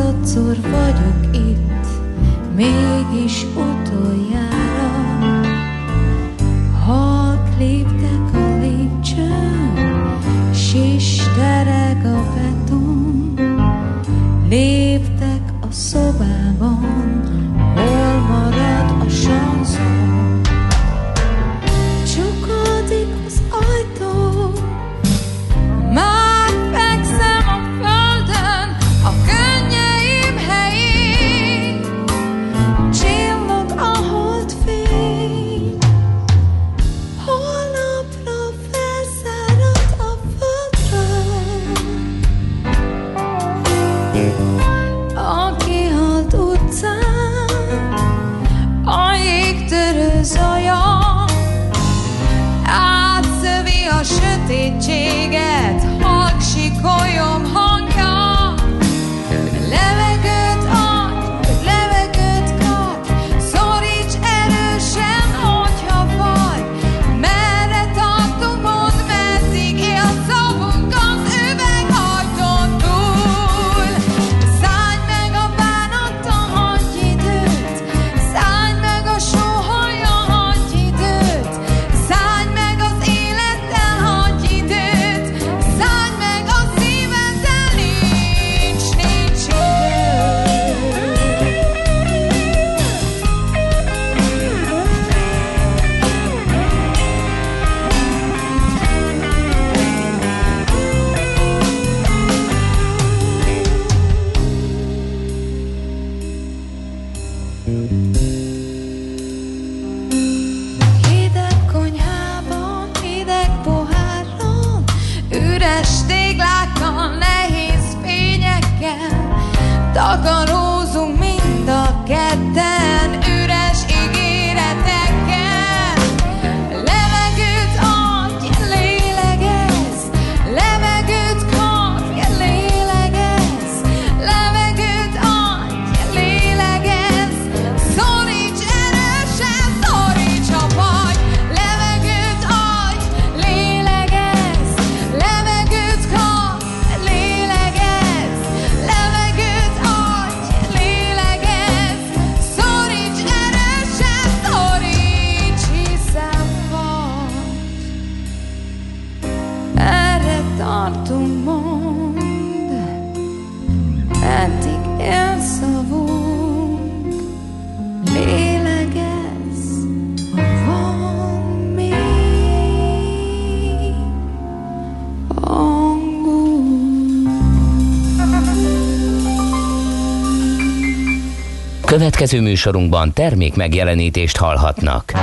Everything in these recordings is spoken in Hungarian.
századszor vagyok itt, mégis utoljára. Hadd léptek a lépcsőn, s is tereg a beton. Léptek a szobában, hol marad a sanszon. Csukódik az ajtó, már fekszem a földön, a könnyeim helyén. Csillog a holdfény, holnapra felszárad a földről. A kihalt utcán, a jégtörő zaja átszövi a sötétséget, halk sikolyom hangja. Levegőt adj, levegőt kap, szoríts erősen, hogyha vagy. Merre tartunk, mondd, meddig él szavunk az üveghajtón túl. Szállj meg a bánattal, hagyj időt, szállj meg a sóhajjal, hagyj időt, szállj meg az élettel, hagyj időt, szállj meg a szíveddel, nincs idő. Hideg konyhában, hideg pohárral, üres téglákkal, nehéz fényekkel, takarózunk mind a ketten, üres ígéretekkel. Levegőt adj, lélegezz, levegőt kapj, lélegezz, levegőt adj, lélegezz, szoríts erősen, szoríts a vagy. Levegőt adj, lélegezz, levegőt kapj, lélegezz, levegőt adj, lélegezz, szoríts erősen, szoríts, hiszen vagy. Erre tartunk, mondd, eddig élszavunk, lélegezz, van még hangunk. Következő műsorunkban termék megjelenítést hallhatnak.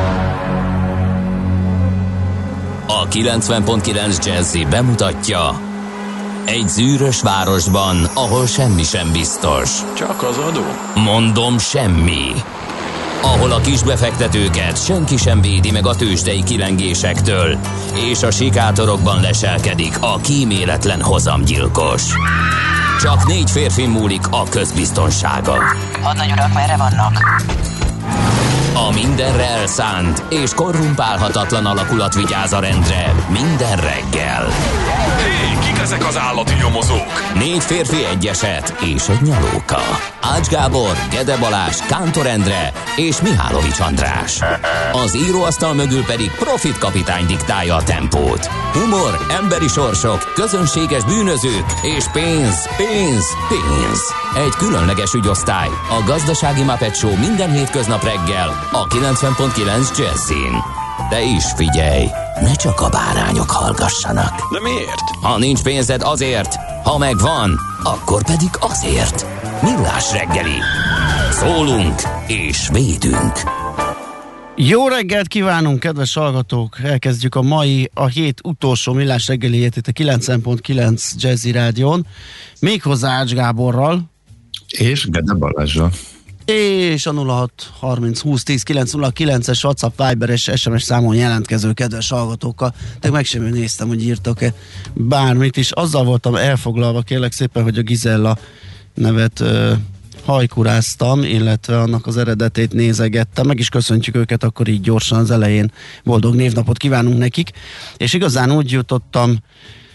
A 90.9 Jazzy bemutatja: egy zűrös városban, ahol semmi sem biztos. Csak az adó? Mondom, semmi. Ahol a kisbefektetőket senki sem védi meg a tőzsdei kilengésektől, és a sikátorokban leselkedik a kíméletlen hozamgyilkos. Csak 4 férfi múlik a közbiztonsága. Hadnagy urak, merre vannak? A mindenre elszánt és korrumpálhatatlan alakulat vigyáz a rendre minden reggel. Hé, kik ezek az állati nyomozók? 4 férfi, egy eset és egy nyalóka. Ács Gábor, Gede Balázs, Kántor Endre és Mihálovics András. Az íróasztal mögül pedig Profit kapitány diktálja a tempót. Humor, emberi sorsok, közönséges bűnözők és pénz, pénz, pénz. Egy különleges ügyosztály, a Gazdasági Muppet Show minden hétköznap reggel a 90.9 Jazzin. De is figyelj, ne csak a bárányok hallgassanak. De miért? Ha nincs pénzed, azért, ha megvan, akkor pedig azért. Millás reggeli. Szólunk és védünk. Jó reggelt kívánunk, kedves hallgatók! Elkezdjük a hét utolsó Millás reggeliét itt a 90.9 Jazzy Rádión. Méghozzá Ács Gáborral. És Gede Balázsral. És a 0630 20 10 909-es WhatsApp, Viber és SMS számon jelentkező kedves hallgatókkal. De meg sem néztem, hogy írtak-e bármit is. Azzal voltam elfoglalva, kérlek szépen, hogy a Gizella nevet hajkuráztam, illetve annak az eredetét nézegettem. Meg is köszöntjük őket akkor így gyorsan az elején. Boldog névnapot kívánunk nekik. És igazán úgy jutottam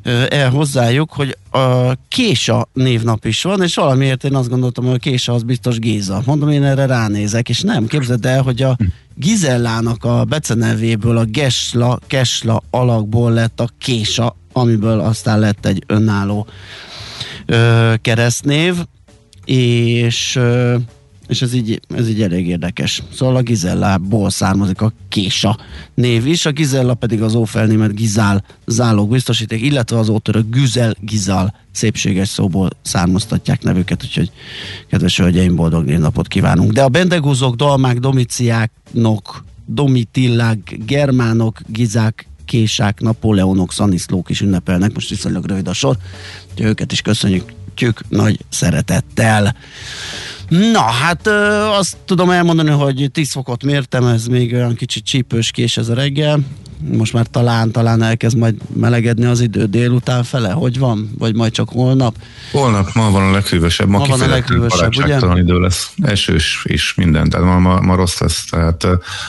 el hozzájuk, hogy a Késa névnap is van, és valamiért én azt gondoltam, hogy a Késa az biztos Géza. Mondom, én erre ránézek, és nem, képzeld el, hogy a Gizellának a becenevéből, a Kesla alakból lett a Késa, amiből aztán lett egy önálló keresztnév, és ez így elég érdekes. Szóval a Gizellából származik a Késa név is, a Gizella pedig az ófelnémet Gizál zálog biztosíték, illetve az ótörök Güzel Gizal szépséges szóból származtatják nevüket, úgyhogy kedves hölgyeim, boldog névnapot kívánunk. De a bendegúzók, dalmák, domiciáknok, domitillák, germánok, gizák, Késák, Napóleonok, Szaniszlók is ünnepelnek, most viszonylag rövid a sor, úgyhogy őket is köszönjük nagy szeretettel. Na, hát azt tudom elmondani, hogy 10 fokot mértem, ez még olyan kicsit csípős kés ez a reggel. Most már talán elkezd majd melegedni az idő délután fele. Hogy van? Vagy majd csak holnap? Holnap ma van a leghűvösebb. Ma van a leghűvösebb, ugye? Idő lesz. Esős is minden, tehát ma rossz lesz. Tehát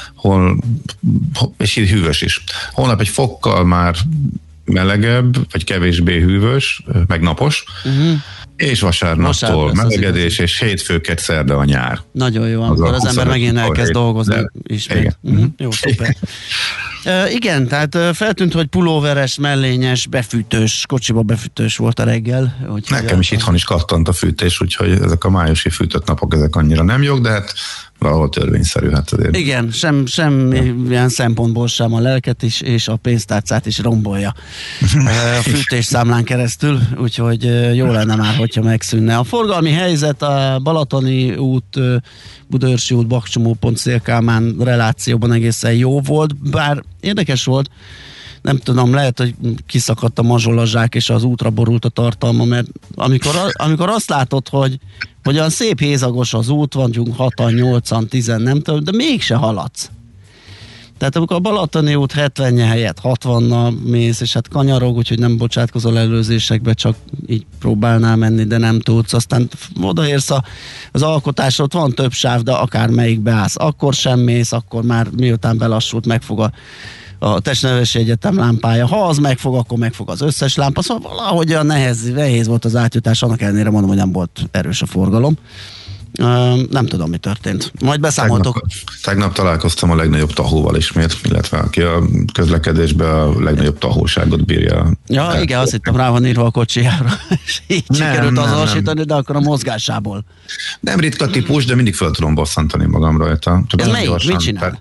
és így hűvös is. Holnap egy fokkal már melegebb, vagy kevésbé hűvös, meg napos. És vasárnaptól melegedés, és hétfőket szerda a nyár. Nagyon jó, amikor az ember megint elkezd dolgozni ismét. Jó, szuper. Igen, tehát feltűnt, hogy pulóveres, mellényes, befűtős, kocsiba befűtős volt a reggel. Nekem is itthon is kattant a fűtés, úgyhogy ezek a májusi fűtött napok, ezek annyira nem jók, de hát valahol törvényszerű. Hát azért. Igen, semmilyen szempontból sem a lelket is, és a pénztárcát is rombolja a fűtésszámlán keresztül, úgyhogy jó lenne már, hogyha megszűnne. A forgalmi helyzet a Balatoni út, Budaörsi út, Bakcsomópont, Szél-Kálmán relációban egészen jó volt, bár érdekes volt, nem tudom, lehet, hogy kiszakadt a mazsolazsák és az útra borult a tartalma, mert amikor azt látod, hogy olyan szép hézagos az út, vagyunk 6-an, 8-an, 10, nem tudom, de mégse haladsz. Tehát amikor a Balatoni út 70 helyett 60-nal mész, és hát kanyarog, úgyhogy nem bocsátkozol előzésekbe, csak így próbálnál menni, de nem tudsz. Aztán odaérsz az alkotásra, van több sáv, de akár melyikbe állsz. Akkor sem mész, akkor már miután belassult, megfog a Testnevelési Egyetem lámpája. Ha az megfog, akkor megfog az összes lámpa. Szóval valahogy olyan nehéz volt az átjutás, annak ellenére mondom, hogy nem volt erős a forgalom. Nem tudom, mi történt. Majd beszámoltok. Tegnap találkoztam a legnagyobb tahóval ismét, illetve aki a közlekedésben a legnagyobb tahóságot bírja. Ja, igen, azt hittem, rá van írva a kocsijára, és így sikerült azonosítani, de akkor a mozgásából. Nem ritka típus, de mindig fel tudom bosszantani magam rajta. Ez melyik? Mit csinál?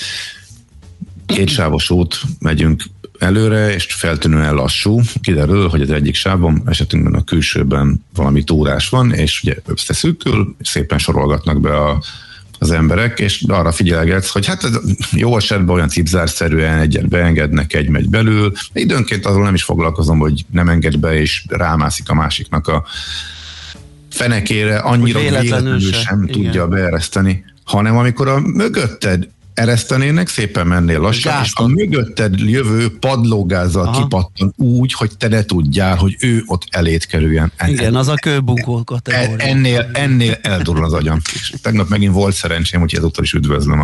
Kétsávos út, megyünk előre, és feltűnően lassú. Kiderül, hogy az egyik sávon, esetünkben a külsőben valami túrás van, és ugye összeszűkül, szépen sorolgatnak be az emberek, és arra figyelgetsz, hogy hát jó esetben olyan cipzárszerűen egyet beengednek, egy megy belül. Időnként azon nem is foglalkozom, hogy nem enged be, és rámászik a másiknak a fenekére, annyira véletlenül sem tudja beereszteni, hanem amikor a mögötted eresztenének, szépen mennél lassan, és a mögötted jövő padlógázzal kipattan úgy, hogy te ne tudjál, hogy ő ott elét kerüljen. Igen, az a kőbunkó kategória. Ennél eldurul az agyam. Tegnap megint volt szerencsém, úgyhogy ezúttal is üdvözlöm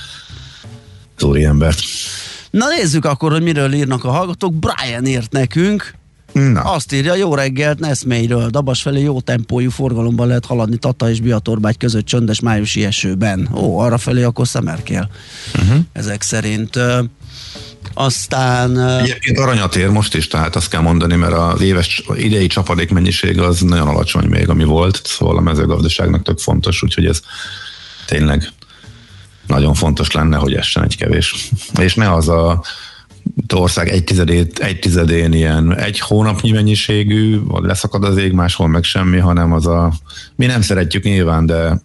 az úriembert. Na nézzük akkor, hogy miről írnak a hallgatók. Brian írt nekünk. Na. Azt írja, jó reggelt Neszményről. Dabas felé jó tempójú forgalomban lehet haladni Tata és Biatorbágy között csöndes májusi esőben. Ó, arra felé akkor szemerkél. Ezek szerint. Aztán... Egyébként aranyat ér most is, tehát azt kell mondani, mert az éves idei csapadék mennyiség az nagyon alacsony még, ami volt, szóval a mezőgazdaságnak tök fontos, úgyhogy ez tényleg nagyon fontos lenne, hogy essen egy kevés. És ne az a ország egy tizedén ilyen egy hónapnyi mennyiségű, vagy leszakad az ég, máshol meg semmi, hanem az mi nem szeretjük nyilván, de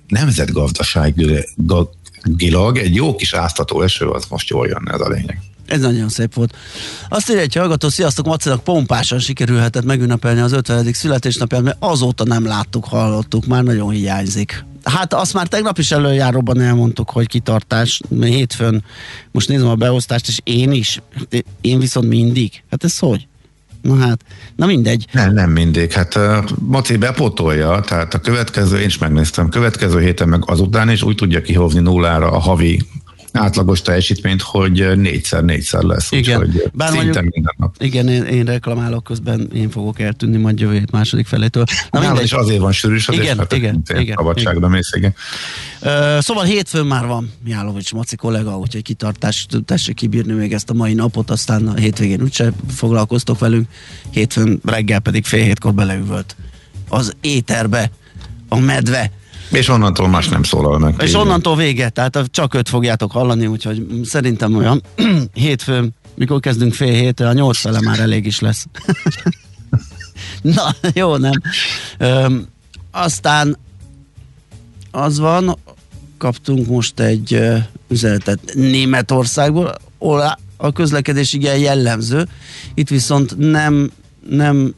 nemzetgazdaságilag egy jó kis áztató eső, az most jól jönne, ez a lényeg. Ez nagyon szép volt. Azt írja egy hallgató, sziasztok, Macinak pompásan sikerülhetett megünnepelni az 50. születésnapját, mert azóta nem láttuk, hallottuk, már nagyon hiányzik. Hát azt már tegnap is előjáróban elmondtuk, hogy kitartás, hétfőn, most nézem a beosztást, és én viszont mindig. Hát ez hogy? Na mindegy. Nem mindig. Hát Maci bepótolja, tehát a következő, én is megnéztem, következő héten meg azután is úgy tudja kihozni nullára a havi átlagos teljesítményt, hogy 4x4 lesz. Igen. Úgyhogy Bár szinte mondjuk, minden nap. igen, én reklamálok közben, én fogok eltűnni majd jövő hét második felétől. Na Nálad mindegy. is azért van sűrűs, azért Igen. szabadságra mész, igen. Szóval hétfőn már van Mihálovics Maci kollega, úgyhogy kitartást tessék kibírni még ezt a mai napot, aztán a hétvégén úgyse foglalkoztok velünk, hétfőn reggel pedig 6:30 beleüvölt az éterbe a medve. És onnantól más nem szólal meg. És onnantól vége, tehát csak őt fogjátok hallani, úgyhogy szerintem olyan hétfőn, mikor kezdünk 6:30, a 8 fele már elég is lesz. Na, jó, nem? Aztán az van, kaptunk most egy üzenetet Németországból, ahol a közlekedés igen jellemző, itt viszont nem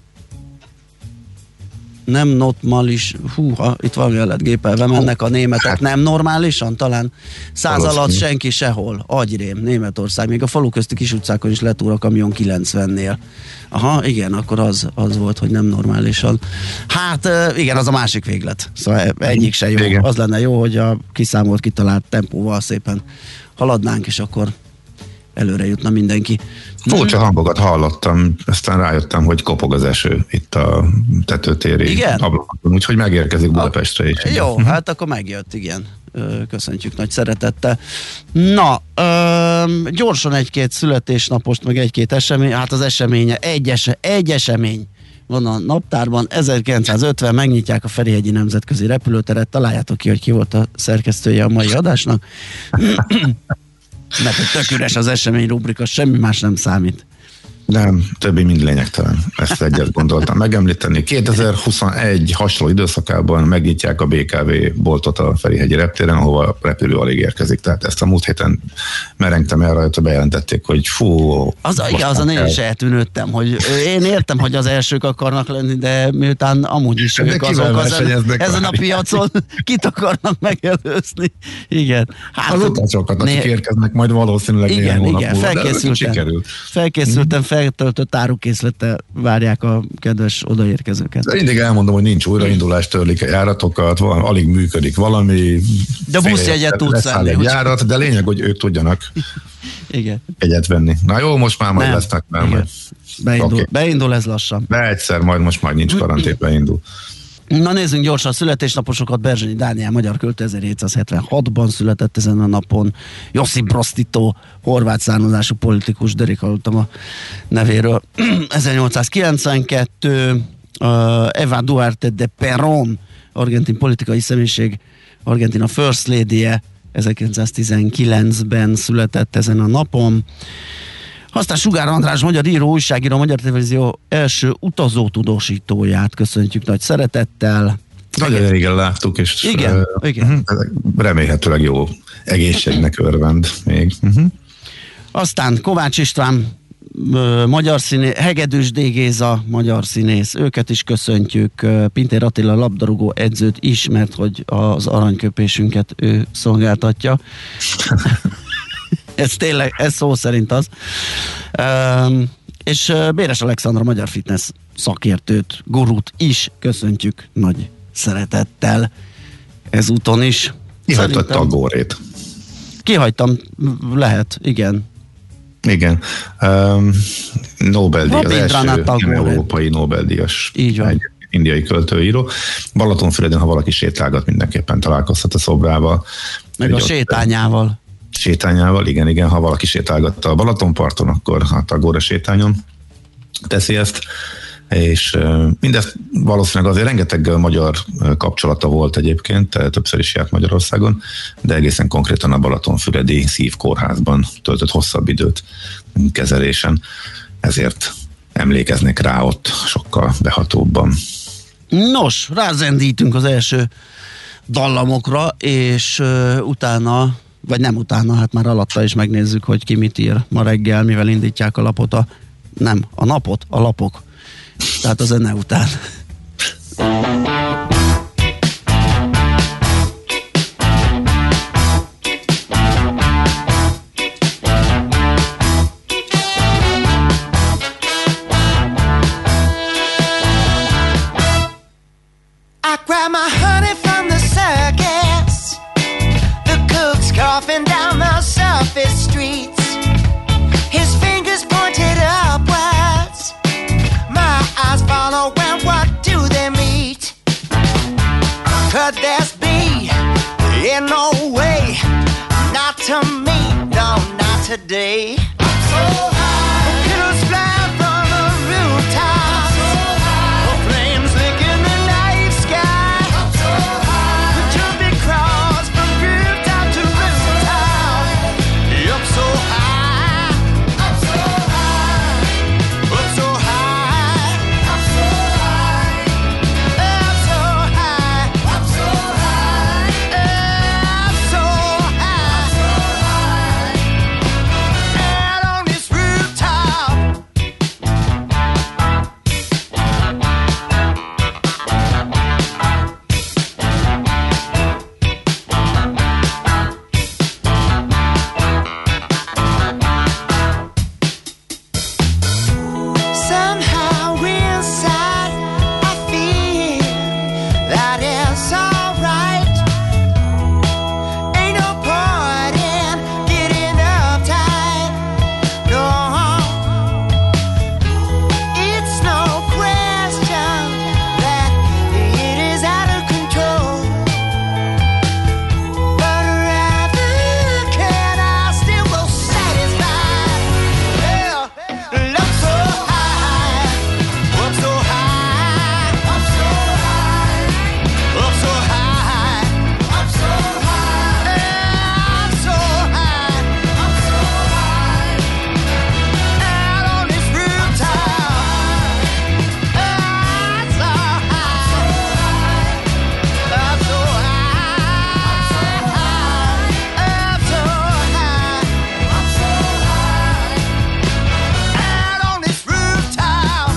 normális, itt valami lett gépelve, mennek a németek, nem normálisan, talán 100 alatt senki sehol, agyrém, Németország, még a falu közti kis utcákon is letúr a kamion 90-nél. Aha, igen, akkor az volt, hogy nem normálisan. Hát igen, az a másik véglet, szóval egyik se jó, igen. Az lenne jó, hogy a kiszámolt, kitalált tempóval szépen haladnánk, és akkor előre jutna mindenki. Furcsa hangokat hallottam, aztán rájöttem, hogy kopog az eső itt a tetőtéri ablakon, úgyhogy megérkezik Budapestre is. Jó, hát akkor megjött, igen. Köszöntjük nagy szeretettel. Na, gyorsan egy-két születésnapost, meg egy-két esemény, hát az eseménye, egy esemény van a naptárban, 1950 megnyitják a Ferihegyi Nemzetközi Repülőteret, találjátok ki, hogy ki volt a szerkesztője a mai adásnak. Mert hogy tök üres az esemény rubrika, semmi más nem számít. Nem, többi mind lényegtelen. Ezt egyet gondoltam megemlíteni. 2021 hasonló időszakában megnyitják a BKV boltot a Ferihegyi reptéren, ahova a repülő alig érkezik. Tehát ezt a múlt héten merengtem el rajta, bejelentették, hogy azon én is eltűnődtem, hogy én értem, hogy az elsők akarnak lenni, de miután amúgy is ők azok ezen a piacon kit akarnak megelőzni. Igen. Hát, az utasokat, akik érkeznek majd valószínűleg néhány hónap múlva, felkészültem, feltöltött árukészlettel várják a kedves odaérkezőket. De mindig elmondom, hogy nincs újraindulás, törlik a járatokat, alig működik valami. De buszjegyet tudsz venni. Egy járat, de lényeg, hogy ők tudjanak egyet venni. Na jó, most már majd lesznek. Beindul ez lassan. De egyszer, most majd nincs karantén, beindul. Na nézzünk gyorsan a születésnaposokat. Berzsenyi Dániel, magyar költő, 1776-ban született ezen a napon. Josip Broz Tito, horvát származású politikus, derék hallottam a nevéről. 1892 Eva Duarte de Perón, argentin politikai személyiség, Argentina First Lady-je, 1919-ben született ezen a napon. Aztán Sugár András, magyar író, újságíró, Magyar Televízió első utazótudósítóját köszöntjük nagy szeretettel. Nagyon régen láttuk, és igen. Remélhetőleg jó egészségnek örvend még. Aztán Kovács István, magyar színész, Hegedűs D. Géza, magyar színész, őket is köszöntjük. Pintér Attila labdarúgó edzőt is, mert hogy az aranyköpésünket ő szolgáltatja. Ez tényleg, ez szó szerint az. És Béres Alexandra, magyar fitness szakértőt, gurút is köszöntjük nagy szeretettel ezúton is. Kihagytad Tagórét. Kihagytam, lehet, igen. Igen. Nobel-díj, az első európai Nobel-díjas. Így van. Egy indiai költőíró. Balatonfüreden, ha valaki sétálgat, mindenképpen találkozhat a szobrával. Meg a sétányával. Sétányával, igen, ha valaki sétálgatta a Balatonparton, akkor a Tagore sétányon teszi ezt, és mindezt valószínűleg azért rengeteg magyar kapcsolata volt egyébként, többször is járt Magyarországon, de egészen konkrétan a Balatonfüredi Szívkórházban töltött hosszabb időt kezelésen, ezért emlékeznek rá ott sokkal behatóbban. Nos, rázendítünk az első dallamokra, és utána, vagy nem utána, hát már alatta is megnézzük, hogy ki mit ír ma reggel, mivel indítják a lapot, a napot, a lapok. Tehát a zene után. I grab my honey from the circus, the cook's coughing down the circus. streets, his fingers pointed upwards. My eyes follow and what do they meet? Could this be? In no way, not to me, no, not today. I'm so high, kittles fly from the rooftop. I'm so high, flames licking the night sky. I'm so high, jumping across from rooftop to rooftop. Up so high, I'm so high, up so high, I'm so high, up so high, I'm so high, up so high, and on this rooftop. Somehow inside I feel that it's alright. Ain't no point in getting uptight. No, it's no question that it is out of control. But rather can I still go satisfied? Yeah, love so high, up so high, up so high, up so high, up so high, up so high, up so high, out on this rooftop, up so high, up so high, up so high, up so high, out on this rooftop.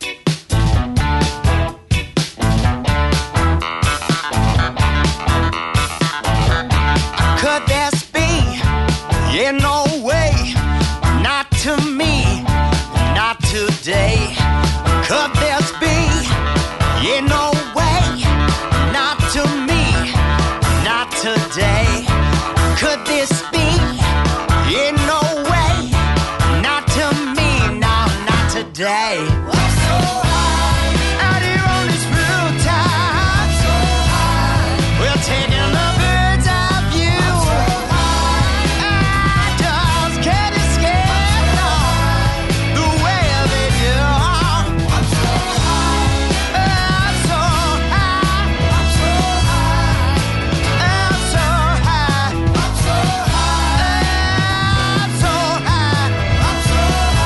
Could this be? In no way, not to me, not today. Could this be? In no way, not to me, not today. Could this be? In no way, not to me, no, not today. I'm so high, out here on this rooftop. I'm so high, we're taking the bird's eye view. I'm so high, I just can't escape the way they do. I'm so high, I'm so high, I'm so high, I'm so high, I'm so high, I'm so high, I'm so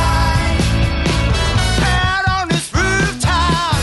high, out on this rooftop.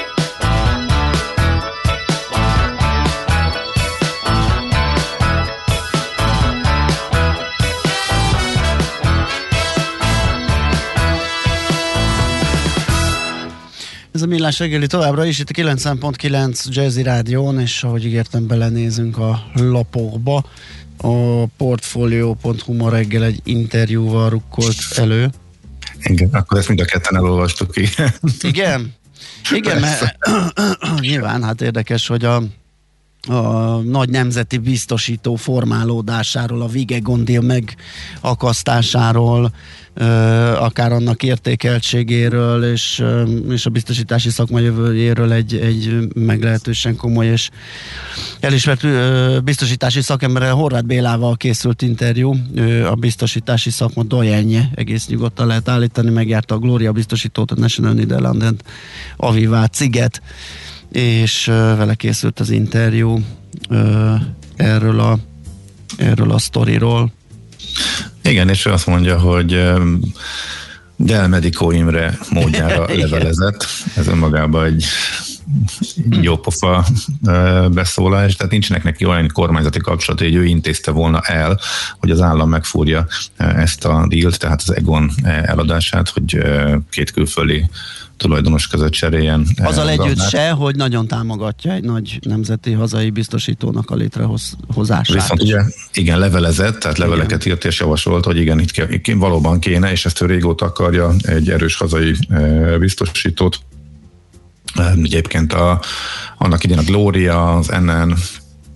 Ez a Millás reggeli továbbra is itt a 90.9 Jazzy Rádión, és ahogy ígértem, belenézünk a lapokba. A Portfolio.hu ma reggel egy interjúval rukkolt elő. Igen, akkor ezt mind a ketten elolvastuk, igen. Igen? Igen, mert nyilván hát érdekes, hogy a nagy nemzeti biztosító formálódásáról, a Vigegen deal megakasztásáról, akár annak értékeltségéről és a biztosítási szakma jövőjéről egy meglehetősen komoly és elismert biztosítási szakemberrel, Horváth Bélával készült interjú. Ő a biztosítási szakma dojenje, egész nyugodtan lehet állítani, megjárta a Gloria biztosítót, a National Nederlanden, Aviva Ciget, és vele készült az interjú erről a sztoriról. Igen, és ő azt mondja, hogy Del Medico Imre módjára levelezett. Ez önmagában egy jópofa beszólás, tehát nincsenek neki olyan kormányzati kapcsolat, hogy ő intézte volna el, hogy az állam megfúrja ezt a dílt, tehát az Egon eladását, hogy két külföldi tulajdonos között cseréljen. Azzal együtt se, hogy nagyon támogatja egy nagy nemzeti hazai biztosítónak a létrehozását. Viszont ugye, igen, levelezett, tehát leveleket írt és javasolt, hogy igen, itt valóban kéne, és ezt ő régóta akarja, egy erős hazai biztosítót. Egyébként annak idén a Gloria, az NN,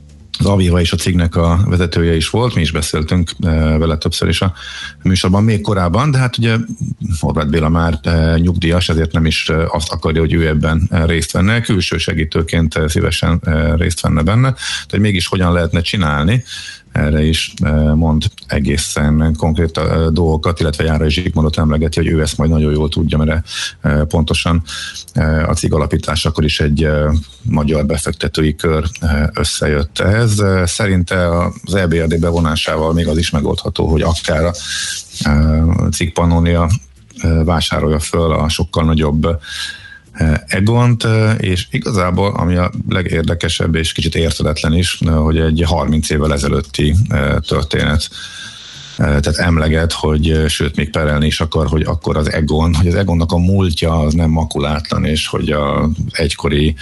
az Aviva és a cégnek a vezetője is volt, mi is beszéltünk vele többször is a műsorban még korábban, de hát ugye Horváth Béla már nyugdíjas, ezért nem is azt akarja, hogy ő ebben részt venne, külső segítőként szívesen részt venne benne, tehát mégis hogyan lehetne csinálni, erre is mond egészen konkrét dolgokat, illetve Járai Zsigmondot emlegeti, hogy ő ezt majd nagyon jól tudja, mert pontosan a cég alapításakor is egy magyar befektetői kör összejött ehhez. Szerinte az EBRD bevonásával még az is megoldható, hogy akár a cég Pannonia vásárolja föl a sokkal nagyobb Egont, és igazából, ami a legérdekesebb és kicsit értedetlen is, hogy egy 30 évvel ezelőtti történet. Tehát emleget, hogy sőt, még perelni is akar, hogy akkor az Egon, hogy az Egonnak a múltja az nem makulátlan, és hogy az egykori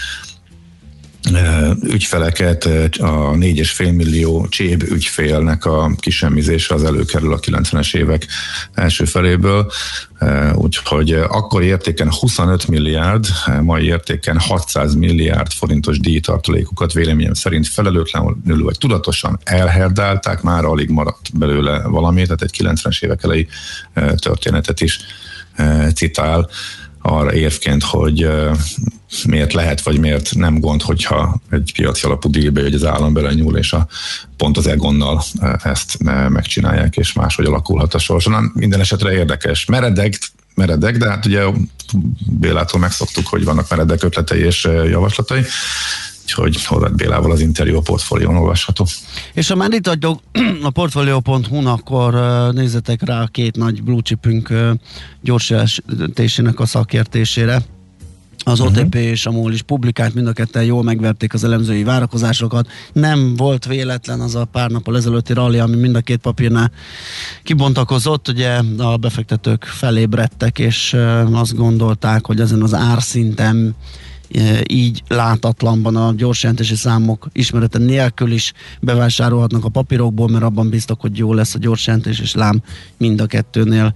ügyfeleket, a 4,5 millió cséb ügyfélnek a kisemmizése az előkerül a 90-es évek első feléből, úgyhogy akkor értéken 25 milliárd, mai értéken 600 milliárd forintos díjtartalékokat véleményem szerint felelőtlenül vagy tudatosan elherdálták, már alig maradt belőle valami, tehát egy 90-es évek elejé történetet is citál arra érvként, hogy miért lehet, vagy miért nem gond, hogyha egy piaci alapú díjbe, hogy az állam belenyúl, és pont az Egonnal ezt megcsinálják, és máshogy alakulhat a sors. Minden esetre érdekes. Meredek, de hát ugye Bélától megszoktuk, hogy vannak meredek ötletei és javaslatai, úgyhogy Horváth Bélával az interjú a Portfólión olvasható. És ha már itt adjuk a Portfolio.hu-n, akkor nézzetek rá a két nagy blue chipünk gyors jelentésének a szakértésére. Az OTP és a MOL is publikált, mind a ketten jól megverték az elemzői várakozásokat. Nem volt véletlen az a pár nappal ezelőtti rally, ami mind a két papírnál kibontakozott. Ugye a befektetők felébredtek, és azt gondolták, hogy ezen az árszinten így látatlanban a gyorsjelentési számok ismerete nélkül is bevásárolhatnak a papírokból, mert abban biztos, hogy jó lesz a gyorsjelentés, és lám mind a kettőnél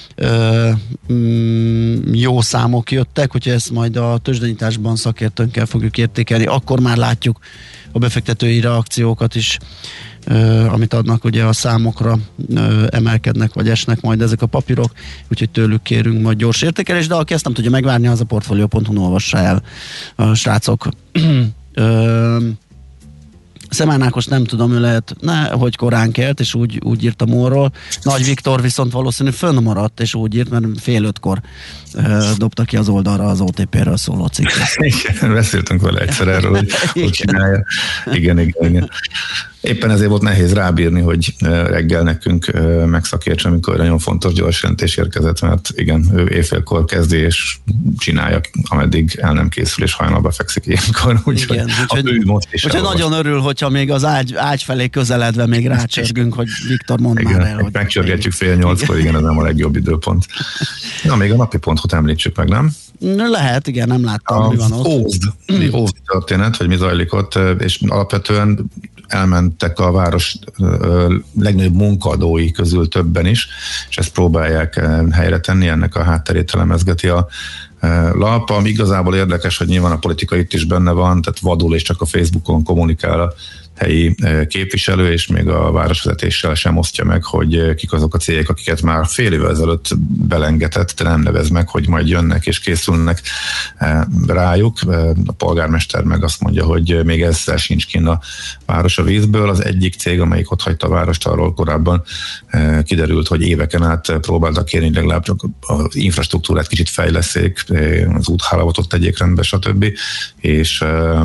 jó számok jöttek, hogyha ezt majd a tőzsdenyításban szakértőnkkel fogjuk értékelni, akkor már látjuk a befektetői reakciókat is, amit adnak ugye a számokra, emelkednek vagy esnek majd ezek a papírok, úgyhogy tőlük kérünk majd gyors értékelést, de aki ezt nem tudja megvárni, az a Portfolio.hu-n olvassa el, a srácok. Szemán Ákos nem tudom, ő lehet, hogy korán kelt, és úgy írt a MOL-ról. Nagy Viktor viszont valószínű fönnmaradt, és úgy írt, mert fél 5-kor dobta ki az oldalra az OTP-ről szóló cikket. Igen, beszéltünk vele egyszer erről, hogy csinálja. Igen. Éppen ezért volt nehéz rábírni, hogy reggel nekünk megszakértsen, amikor nagyon fontos gyors jelentés érkezett, mert igen, ő éjfélkor kezdi és csinálja, ameddig el nem készül, és hajnalba fekszik ilyenkor. Úgyhogy nagyon örül, hogyha még az ágy felé közeledve még rácsörgünk, hogy Viktor mond igen, már el. Hogy megcsörgetjük 7:30-kor, igen, ez nem a legjobb időpont. Na, még a napi.hu-t említsük meg, nem? Lehet, igen, nem láttam, mi van ott. Ózd történet, hogy mi zajlik ott, és alapvetően elmentek a város legnagyobb munkadói közül többen is, és ezt próbálják helyre tenni, ennek a hátterét elemezgeti a lap, ami igazából érdekes, hogy nyilván a politika itt is benne van, tehát vadul és csak a Facebookon kommunikál a helyi képviselő, és még a városvezetéssel sem osztja meg, hogy kik azok a cégek, akiket már fél évvel ezelőtt belengetett, de nem nevez meg, hogy majd jönnek és készülnek rájuk. A polgármester meg azt mondja, hogy még ezzel sincs kinn a város a vízből. Az egyik cég, amelyik ott hagyta a várost, arról korábban kiderült, hogy éveken át próbáltak kérni, legalább csak az infrastruktúrát kicsit fejleszék, az úthálózatot tegyék rendbe, stb. És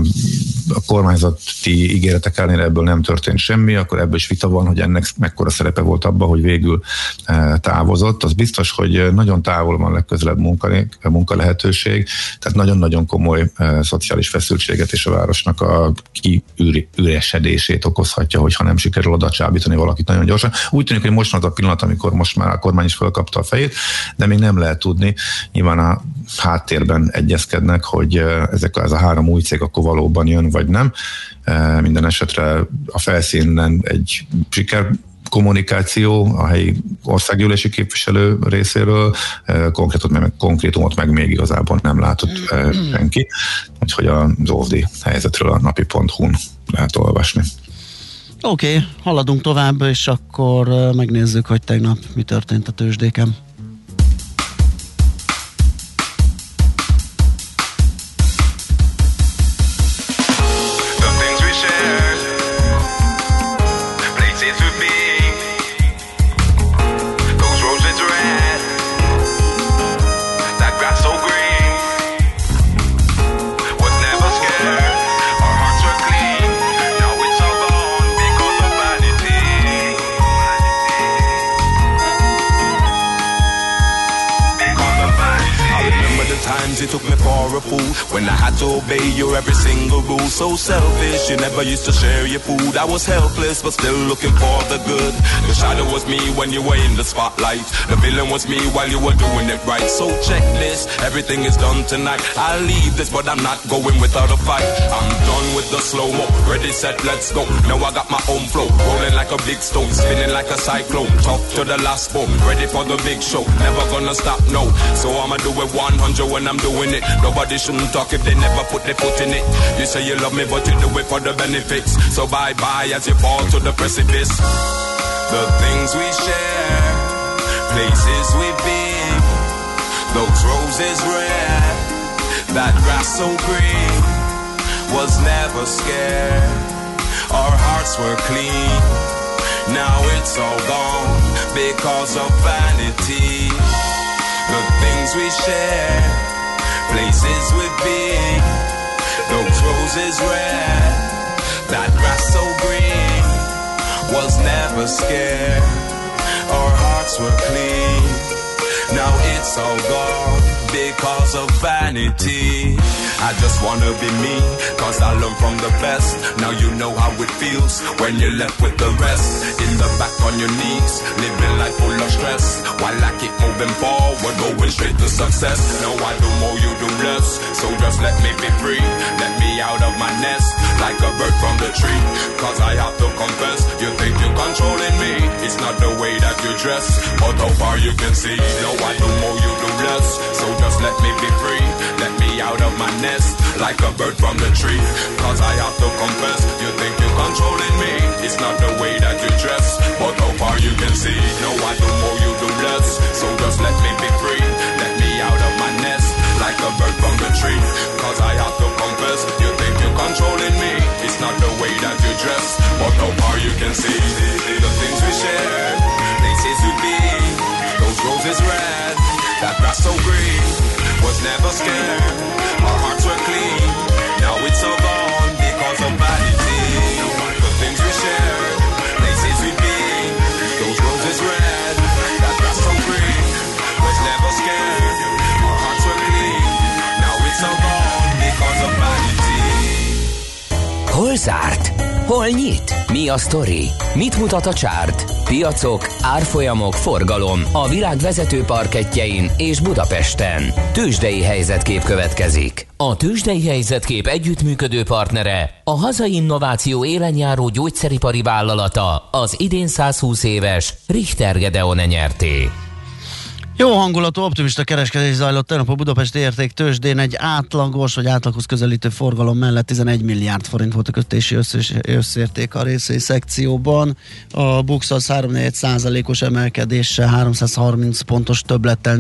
a kormányzati ígéretek ellenére ebből nem történt semmi, akkor ebből is vita van, hogy ennek mekkora szerepe volt abban, hogy végül távozott. Az biztos, hogy nagyon távol van legközelebb munkalehetőség, tehát nagyon-nagyon komoly szociális feszültséget és a városnak a kiüresedését okozhatja, hogyha nem sikerül oda csábítani valakit nagyon gyorsan. Úgy tűnik, hogy most van az a pillanat, amikor most már a kormány is felkapta a fejét, de még nem lehet tudni. Nyilván a háttérben egyezkednek, hogy ez a 3 új cég akkor valóban jön, vagy nem. Minden esetre a felszínen egy sikerkommunikáció a helyi országgyűlési képviselő részéről, konkrétumot meg még igazából nem látott senki, úgyhogy az óvdi helyzetről a napi.hu-n lehet olvasni. Oké, haladunk tovább, és akkor megnézzük, hogy tegnap mi történt a tőzsdéken. You took me for a fool when I had to obey your every single rule. So selfish, you never used to share your food. I was helpless, but still looking for the good. The shadow was me when you were in the spotlight. The villain was me while you were doing it right. So checklist, everything is done tonight. I'll leave this, but I'm not going without a fight. I'm done with the slow-mo, ready, set, let's go. Now I got my own flow, rolling like a big stone, spinning like a cyclone. Tough to the last bone, ready for the big show. Never gonna stop, no. So I'ma do it 100 when I'm doing it. Nobody shouldn't talk if they never put their foot in it. You say you love me, but you do it for the benefits. So bye-bye as you fall to the precipice. The things we share, places we've been, those roses red, that grass so green, was never scared. Our hearts were clean, now it's all gone because of vanity. The things we share, places we've been, those roses red, that grass so green, was never scared. Our hearts were clean, now it's all gone because of vanity. I just wanna be me, cause I learned from the best. Now you know how it feels when you're left with the rest. In the back on your knees, living life full of stress, while I keep moving forward, going straight to success. Now I do more, you do less, so just let me be free. Let me out of my nest, like a bird from the tree. Cause I have to confess, you think you're controlling me. It's not the way that you dress, but how far you can see. Now I do more, you do less, so just let me be free. Let me out of my nest, like a bird from the tree. Cause I have to confess, you think you're controlling me. It's not the way that you dress, but how far you can see. No, I do more, you do less, so just let me be free. Let me out of my nest, like a bird from the tree. Cause I have to confess, you think you're controlling me. It's not the way that you dress, but how far you can see. The things we share, places we be, those roses red, that grass so green, was never scared. Our hearts were clean, now it's all gone because of vanity. The things we share, places we be, those roses red, that grass so green, was never scared. Our hearts were clean, now it's all gone because of vanity. Hol zárt? Hol nyit? Mi a sztori? Mit mutat a csárt? Piacok, árfolyamok, forgalom a világ vezető parkettjein és Budapesten. Tőzsdei helyzetkép következik. A Tőzsdei helyzetkép együttműködő partnere, a hazai innováció élenjáró gyógyszeripari vállalata, az idén 120 éves Richter Gedeon nyerté. Jó hangulatú, optimista kereskedés zajlott tegnap a Budapesti Értéktőzsdén. Egy átlagos vagy átlaghoz közelítő forgalom mellett 11 milliárd forint volt a kötési összérték a részvény szekcióban. A Bux az 3,4%-os emelkedéssel 330 pontos többlettel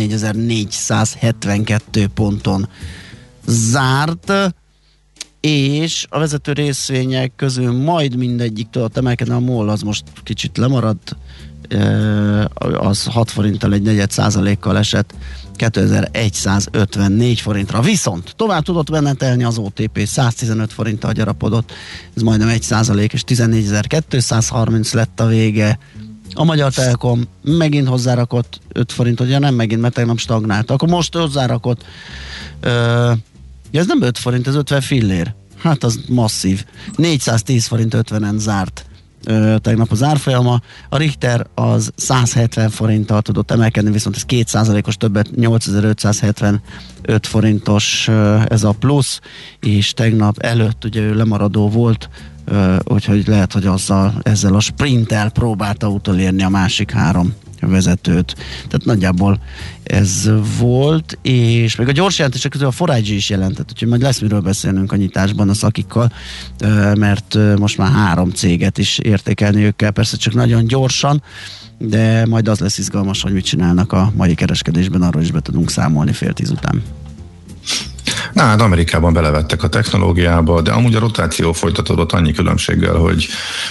44.472 ponton zárt, és a vezető részvények közül majd mindegyik tudott emelkedni, a MOL az most kicsit lemaradt, az 6 forinttal, egy 4%-kal esett 2154 forintra. Viszont tovább tudott menetelni az OTP, 115 forinttal gyarapodott, ez majdnem 1%, és 14.230 lett a vége. A Magyar Telekom megint hozzárakott 5 forintot, ugye nem megint, mert tegnap stagnált. Akkor most hozzárakott, ez nem 5 forint, ez 50 fillér. Hát az masszív. 410 forint 50-en zárt tegnap az árfolyama. A Richter az 170 forinttal tudott emelkedni, viszont ez 2%-os többet, 8575 forintos ez a plusz, és tegnap előtt ugye ő lemaradó volt, úgyhogy lehet, hogy ezzel a sprinttel próbálta utolérni a másik három vezetőt. Tehát nagyjából ez volt, és még a gyors jelentések közül a 4G is jelentett, úgyhogy majd lesz miről beszélnünk a nyitásban a szakikkal, mert most már 3 céget is értékelniük kell, persze csak nagyon gyorsan, de majd az lesz izgalmas, hogy mit csinálnak a mai kereskedésben, arról is be tudunk számolni 9:30 után. Na, hát Amerikában belevettek a technológiába, de amúgy a rotáció folytatódott annyi különbséggel, hogy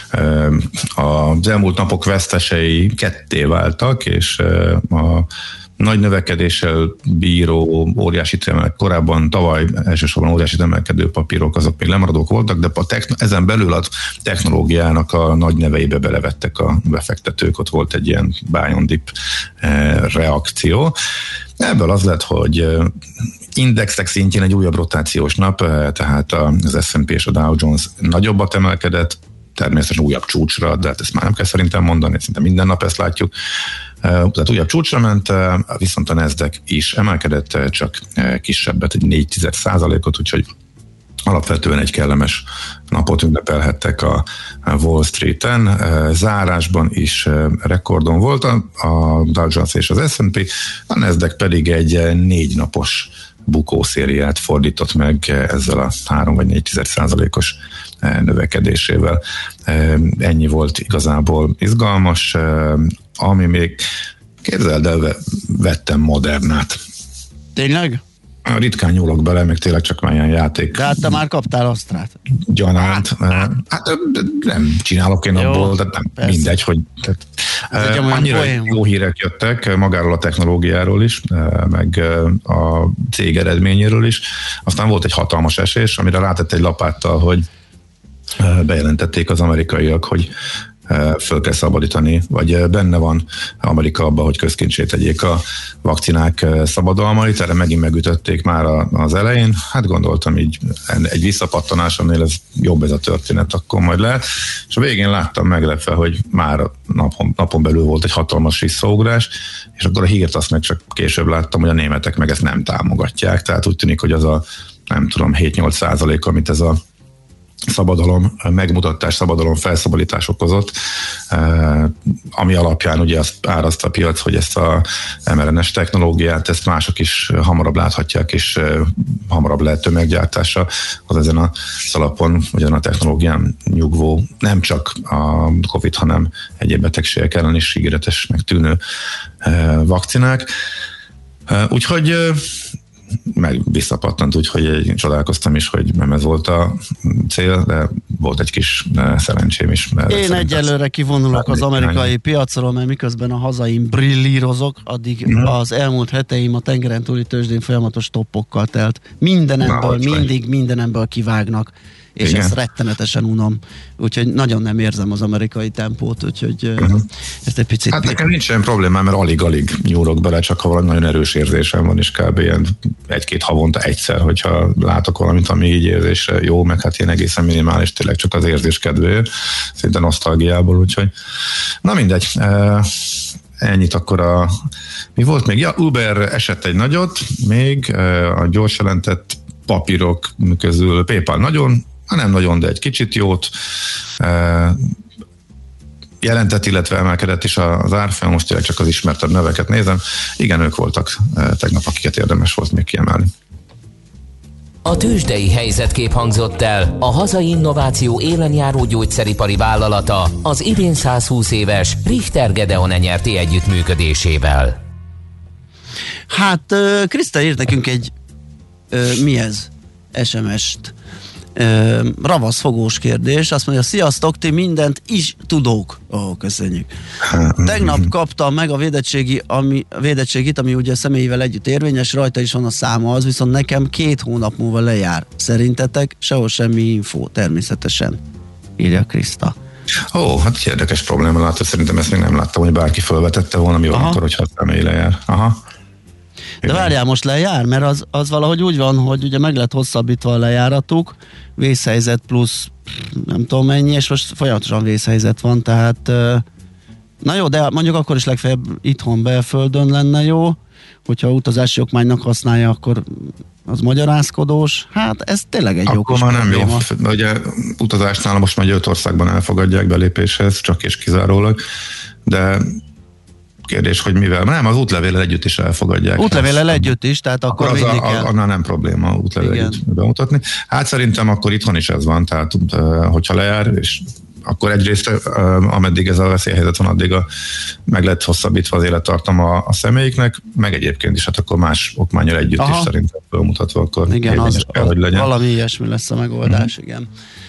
az elmúlt napok vesztesei ketté váltak, és a nagy növekedéssel bíró óriási korábban tavaly elsősorban óriási emelkedő papírok, azok még lemaradók voltak, de ezen belül a technológiának a nagy neveibe belevettek a befektetők, ott volt egy ilyen buy on dip reakció. Ebből az lett, hogy indexek szintjén egy újabb rotációs nap, tehát az S&P és a Dow Jones nagyobbat emelkedett, természetesen újabb csúcsra, de hát ezt már nem kell szerintem mondani, szinte minden nap ezt látjuk. Tehát újabb csúcsra ment, viszont a Nasdaq is emelkedett, csak kisebbet, egy 0,4%-ot, úgyhogy alapvetően egy kellemes napot ünnepelhettek a Wall Street-en. Zárásban is rekordon volt a Dow Jones és az S&P, a Nasdaq pedig egy 4 napos bukószériát fordított meg ezzel a 3 vagy 4%-os növekedésével. Ennyi volt igazából izgalmas, ami még képzeld el, vettem Modernát. Tényleg? Ritkán nyúlok bele, meg tényleg csak már ilyen játék. De hát te már kaptál Asztrát. Gyanánt. Hát nem csinálok én abból, de nem persze. Mindegy, hogy annyira jó hírek jöttek magáról a technológiáról is, meg a cég eredményéről is. Aztán volt egy hatalmas esés, amire rátett egy lapáttal, hogy bejelentették az amerikaiak, hogy föl kell szabadítani, vagy benne van Amerika abban, hogy közkincsé tegyék a vakcinák szabadalmait, erre megint megütötték már az elején, hát gondoltam így egy visszapattanásomnél ez jobb ez a történet, akkor majd lehet, és a végén láttam meglepve, hogy már napon belül volt egy hatalmas visszaugrás, és akkor a hírt azt meg csak később láttam, hogy a németek meg ezt nem támogatják, tehát úgy tűnik, hogy az a nem tudom, 7-8%, amit ez a szabadalom, megmutatás, szabadalom felszabadítás okozott, ami alapján ugye azt áraszt a piac, hogy ezt a mRNA-s technológiát, ezt mások is hamarabb láthatják, és hamarabb lehet tömeggyártása az ezen a alapon, ugyan a technológián nyugvó, nem csak a COVID, hanem egyéb betegségek ellen is ígéretesnek tűnő vakcinák. Úgyhogy meg visszapattant, úgyhogy csodálkoztam is, hogy nem ez volt a cél, de volt egy kis szerencsém is. Én egyelőre kivonulok az amerikai piacról, mert miközben a hazaim brillírozok, addig az elmúlt heteim a tengeren túli tőzsdén folyamatos toppokkal telt. Mindenemből kivágnak, és igen. Ezt rettenetesen unom. Úgyhogy nagyon nem érzem az amerikai tempót, úgyhogy ezt egy picit... Hát nekem nincs olyan problémám, mert alig-alig nyúlok bele, csak ha valami nagyon erős érzésem van, és kb. Ilyen 1-2 havonta egyszer, hogyha látok valamit, ami így érzésre jó, meg hát ilyen egészen minimális, tényleg csak az érzés kedvéért, szinte nosztalgiából, úgyhogy na mindegy. Ennyit akkor mi volt még? Ja, Uber esett egy nagyot, még a gyors jelentett papírok közül PayPal nem nagyon, de egy kicsit jót jelentett, illetve emelkedett is az árfolyam, most tényleg csak az ismertebb neveket nézem. Igen, ők voltak tegnap, akiket érdemes volt még kiemelni. A tőzsdei helyzetkép hangzott el a hazai innováció élenjáró gyógyszeripari vállalata az idén 120 éves Richter Gedeon nyerti együttműködésével. Hát Kriszta írt nekünk egy mi ez? SMS-t. Ravaszfogós kérdés, azt mondja, sziasztok, ti mindent is tudók. Köszönjük. Tegnap kaptam meg a védettségit, ami ugye a személyével együtt érvényes, rajta is van a száma, az viszont nekem 2 hónap múlva lejár. Szerintetek sehol semmi info, természetesen, írja Kriszta. Hát egy érdekes probléma látod, szerintem ezt még nem láttam, hogy bárki felvetette volna, mi van akkor, hogyha a személy lejár. De várjál, most lejár, mert az valahogy úgy van, hogy ugye meg lett hosszabbítva a lejáratuk, vészhelyzet plusz nem tudom mennyi, és most folyamatosan vészhelyzet van, tehát na jó, de mondjuk akkor is legfeljebb itthon belföldön lenne jó, hogyha utazási okmánynak használja, akkor az magyarázkodós. Hát ez tényleg egy jó kis probléma. Akkor már nem jó. Ugye utazásnál most már 5 országban elfogadják belépéshez, csak és kizárólag, de kérdés, hogy mivel. Nem, az útlevéllel együtt is elfogadják. Útlevéllel együtt is, tehát akkor mindig kell. Annál nem probléma útlevél együtt bemutatni. Hát szerintem akkor itthon is ez van, tehát hogyha lejár, és akkor egyrészt, ameddig ez a veszélyhelyzet van, addig meg lett hosszabbítva az élettartama a személyiknek, meg egyébként is, hát akkor más okmánnyal együtt is szerintem felmutatva, akkor igen, az kell, hogy legyen. Valami ilyesmi lesz a megoldás, igen.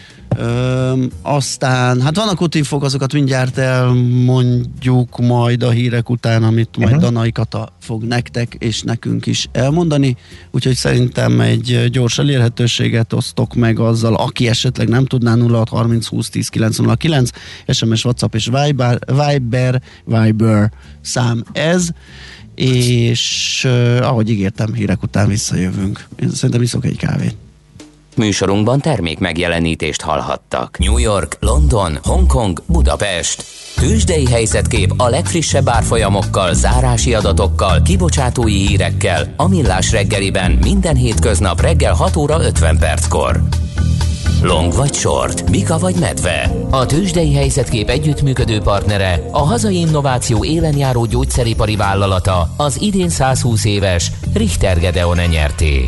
Aztán, hát vannak útinfók, azokat mindjárt elmondjuk majd a hírek után, amit majd Danai Kata fog nektek és nekünk is elmondani, úgyhogy szerintem egy gyors elérhetőséget osztok meg azzal, aki esetleg nem tudná, 0630 20 10 909, SMS, WhatsApp és Viber szám ez, és ahogy ígértem, hírek után visszajövünk. Én szerintem iszok egy kávét. Műsorunkban termék megjelenítést hallhattak. New York, London, Hongkong, Budapest. Tőzsdei helyzetkép a legfrissebb árfolyamokkal, zárási adatokkal, kibocsátói hírekkel a Millás reggeliben minden hétköznap reggel 6 óra 50 perckor. Long vagy short, bika vagy medve. A Tőzsdei helyzetkép együttműködő partnere, a hazai innováció élenjáró gyógyszeripari vállalata, az idén 120 éves Richter Gedeon Nyerté.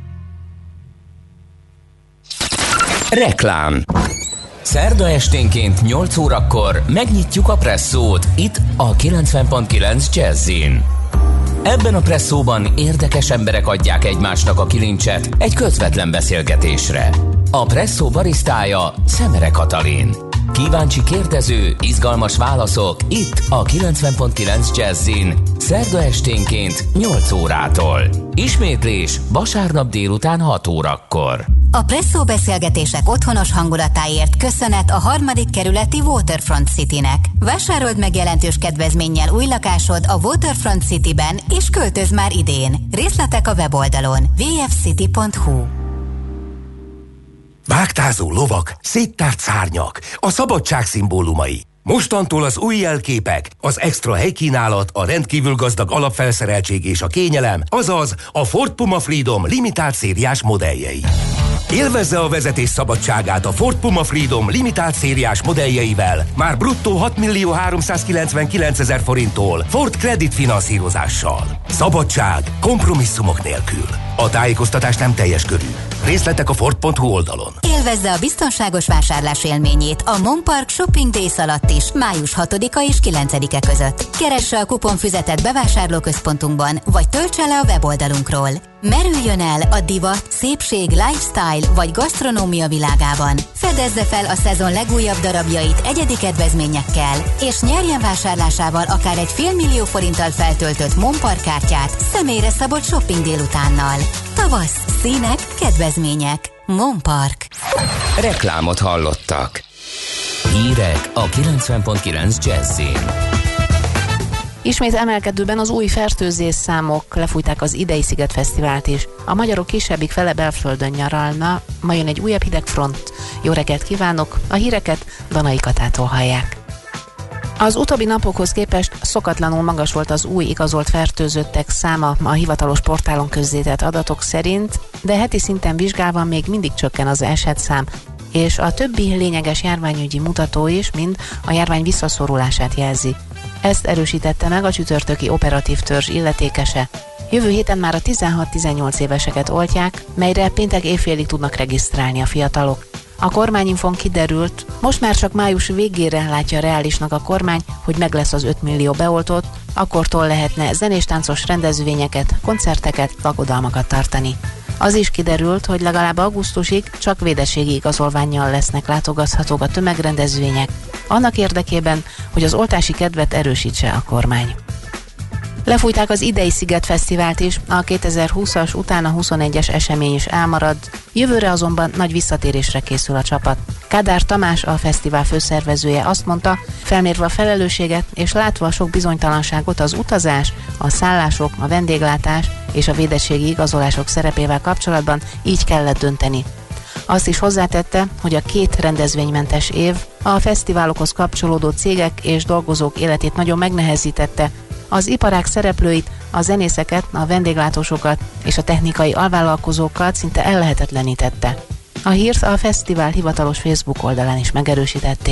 Reklám. Szerda esténként 8 órakor megnyitjuk a presszót itt a 90.9 Jazzin. Ebben a presszóban érdekes emberek adják egymásnak a kilincset egy közvetlen beszélgetésre. A presszó barisztája Szemere Katalin. Kíváncsi kérdező, izgalmas válaszok itt a 90.9 Jazzin. Szerda esténként 8 órától. Ismétlés vasárnap délután 6 órakor. A presszó beszélgetések otthonos hangulatáért köszönet a 3. kerületi Waterfront Citynek. Vásárold meg jelentős kedvezménnyel új lakásod a Waterfront Cityben, és költöz már idén. Részletek a weboldalon wfcity.hu. Vágtázó lovak, széttárt szárnyak, a szabadság szimbólumai. Mostantól az új jelképek, az extra helykínálat, a rendkívül gazdag alapfelszereltség és a kényelem, azaz a Ford Puma Freedom limitált szériás modelljei. Élvezze a vezetés szabadságát a Ford Puma Freedom limitált szériás modelljeivel, már bruttó 6.399.000 forinttól Ford Credit finanszírozással. Szabadság kompromisszumok nélkül. A tájékoztatás nem teljes körű. Részletek a Ford.hu oldalon. Élvezze a biztonságos vásárlás élményét a Monpark Shopping Days alatt is, május 6-a és 9-e között. Keresse a kuponfüzetet bevásárlóközpontunkban, vagy töltse le a weboldalunkról. Merüljön el a divat, szépség, lifestyle vagy gasztronómia világában. Fedezze fel a szezon legújabb darabjait egyedi kedvezményekkel, és nyerjen vásárlásával akár egy $500 000 forinttal feltöltött Monpark kártyát személyre szabott shopping délutánnal. Tavasz, színek, kedvezmények. Monpark. Reklámot hallottak. Hírek a 90.9 Jazzin. Ismét emelkedőben az új fertőzés számok, lefújták az idei Szigetfesztivált is. A magyarok kisebbik fele belföldön nyaralna, ma jön egy újabb hidegfront. Jó reggelt kívánok, a híreket Danai Katától hallják. Az utóbbi napokhoz képest szokatlanul magas volt az új igazolt fertőzöttek száma a hivatalos portálon közzétett adatok szerint, de heti szinten vizsgálva még mindig csökken az esetszám, és a többi lényeges járványügyi mutató is mind a járvány visszaszorulását jelzi. Ezt erősítette meg a csütörtöki operatív törzs illetékese. Jövő héten már a 16-18 éveseket oltják, melyre péntek éjfélig tudnak regisztrálni a fiatalok. A kormányinfon kiderült, most már csak május végére látja reálisnak a kormány, hogy meg lesz az 5 millió beoltott, akkortól lehetne zenés-táncos rendezvényeket, koncerteket, lakodalmakat tartani. Az is kiderült, hogy legalább augusztusig csak védettségi igazolvánnyal lesznek látogathatók a tömegrendezvények, annak érdekében, hogy az oltási kedvet erősítse a kormány. Lefújták az idei Szigetfesztivált is, a 2020-as után a 21-es esemény is elmarad, jövőre azonban nagy visszatérésre készül a csapat. Kádár Tamás, a fesztivál főszervezője azt mondta, felmérve a felelősséget és látva a sok bizonytalanságot az utazás, a szállások, a vendéglátás és a védettségi igazolások szerepével kapcsolatban így kellett dönteni. Azt is hozzátette, hogy a 2 rendezvénymentes év a fesztiválokhoz kapcsolódó cégek és dolgozók életét nagyon megnehezítette, az iparág szereplőit, a zenészeket, a vendéglátósokat és a technikai alvállalkozókat szinte ellehetetlenítette. A hírt a fesztivál hivatalos Facebook oldalán is megerősítették.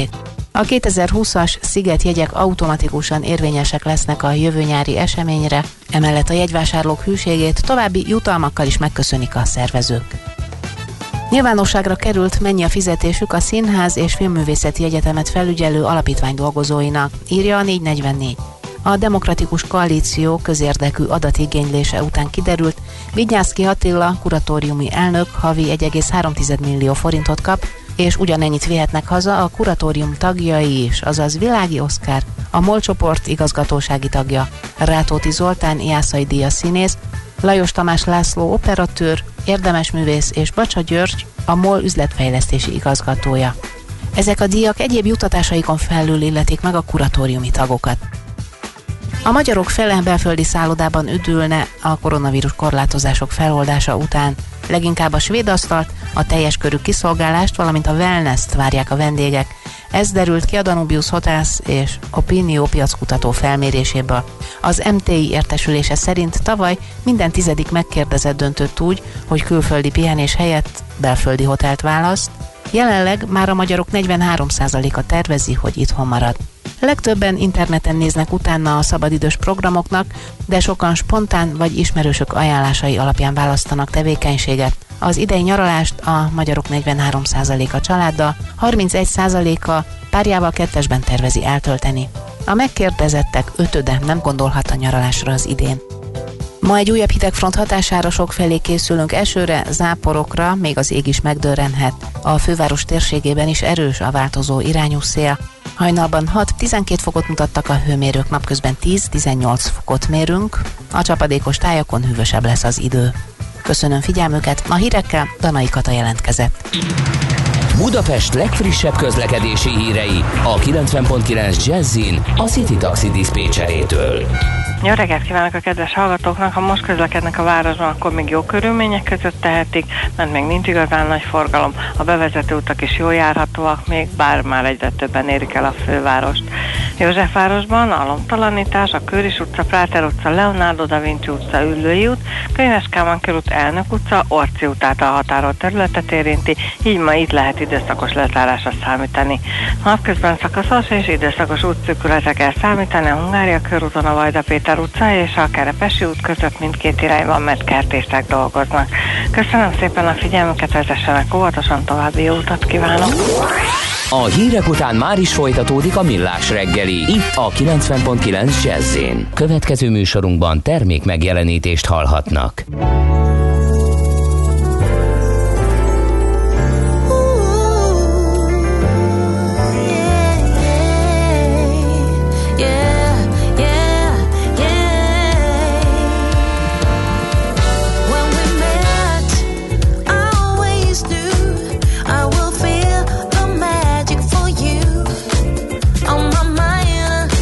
A 2020-as szigetjegyek automatikusan érvényesek lesznek a jövő nyári eseményre, emellett a jegyvásárlók hűségét további jutalmakkal is megköszönik a szervezők. Nyilvánosságra került, mennyi a fizetésük a Színház és Filmművészeti Egyetemet felügyelő alapítvány dolgozóinak, írja a 444. A Demokratikus Koalíció közérdekű adatigénylése után kiderült, Vigyászki Attila kuratóriumi elnök havi 1,3 millió forintot kap, és ugyanennyit vihetnek haza a kuratórium tagjai is, azaz Világi Oszkár, a MOL csoport igazgatósági tagja, Rátóti Zoltán Jászai díjas színész, Lajos Tamás László operatőr, érdemesművész és Bacsa György, a MOL üzletfejlesztési igazgatója. Ezek a díjak egyéb juttatásaikon felül illetik meg a kuratóriumi tagokat. A magyarok fele belföldi szállodában üdülne a koronavírus korlátozások feloldása után. Leginkább a svéd asztalt, a teljes körű kiszolgálást, valamint a wellness-t várják a vendégek. Ez derült ki a Danubius Hotels és Opinio piackutató felméréséből. Az MTI értesülése szerint tavaly minden 10. megkérdezett döntött úgy, hogy külföldi pihenés helyett belföldi hotelt választ. Jelenleg már a magyarok 43%-a tervezi, hogy itthon marad. Legtöbben interneten néznek utána a szabadidős programoknak, de sokan spontán vagy ismerősök ajánlásai alapján választanak tevékenységet. Az idei nyaralást a magyarok 43%-a családdal, 31%-a párjával kettesben tervezi eltölteni. A megkérdezettek 5/e nem gondolhat a nyaralásra az idén. Ma egy újabb hidegfront hatására sokfelé készülünk esőre, záporokra, még az ég is megdörrenhet. A főváros térségében is erős a változó irányú szél. Hajnalban 6-12 fokot mutattak a hőmérők, napközben 10-18 fokot mérünk, a csapadékos tájakon hűvösebb lesz az idő. Köszönöm figyelmüket, a hírekkel Danai Kata jelentkezett. Budapest legfrissebb közlekedési hírei a 90.9 Jazzin a City Taxi diszpécserétől. Jó reggelt kívánok a kedves hallgatóknak! Ha most közlekednek a városban, akkor még jó körülmények között tehetik, mert még nincs igazán nagy forgalom. A bevezető utak is jól járhatóak még, bár már egyre többen érik el a fővárost. Józsefvárosban a lomtalanítás, a Kőris utca, Práter utca, Leonardo da Vinci utca, Üllői út, Könyves Kálmán körút, Elnök utca, Orci utát a határolt területet érinti, így ma itt lehet időszakos lezárásra számítani. Napközben szakaszos és időszakos útszűkületre kell számítani a Hungária körúton, a Vajda Péter utca és a Kerepesi út között mindkét irányban, mert kertészek dolgoznak. Köszönöm szépen a figyelmüket, vezessenek óvatosan, további jó utat kívánok! A hírek után már is folytatódik a Millás reggeli, itt a 90.9 Jazz-én. Következő műsorunkban termék megjelenítést hallhatnak.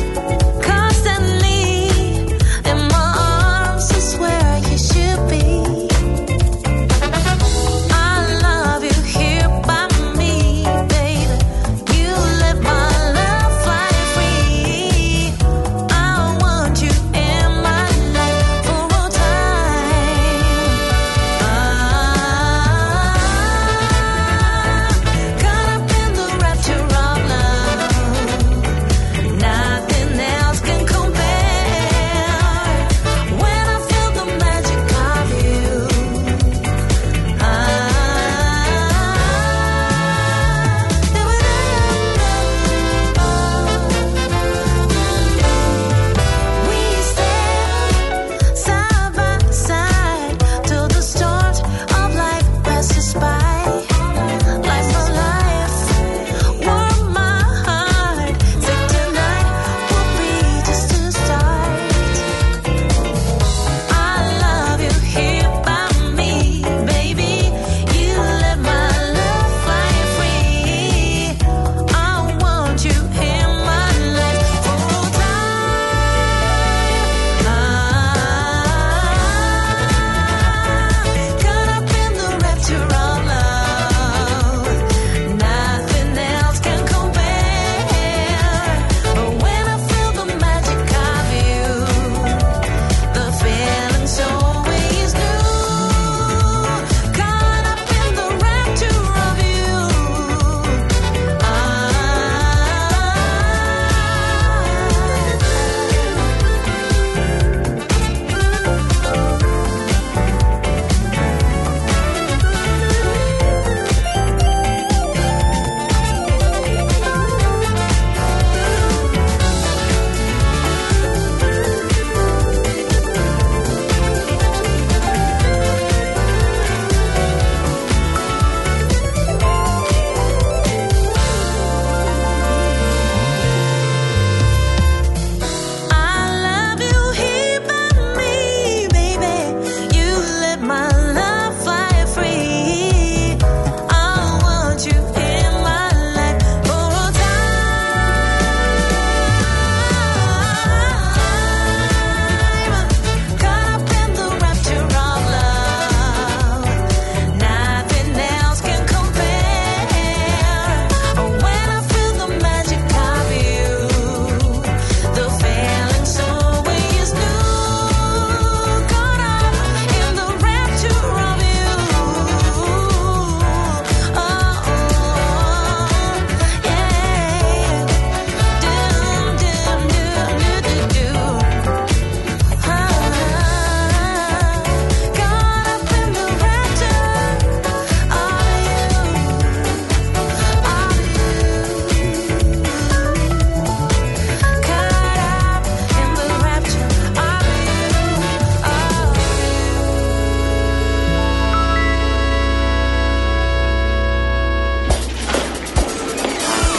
Constantly in my arms, I swear you should be.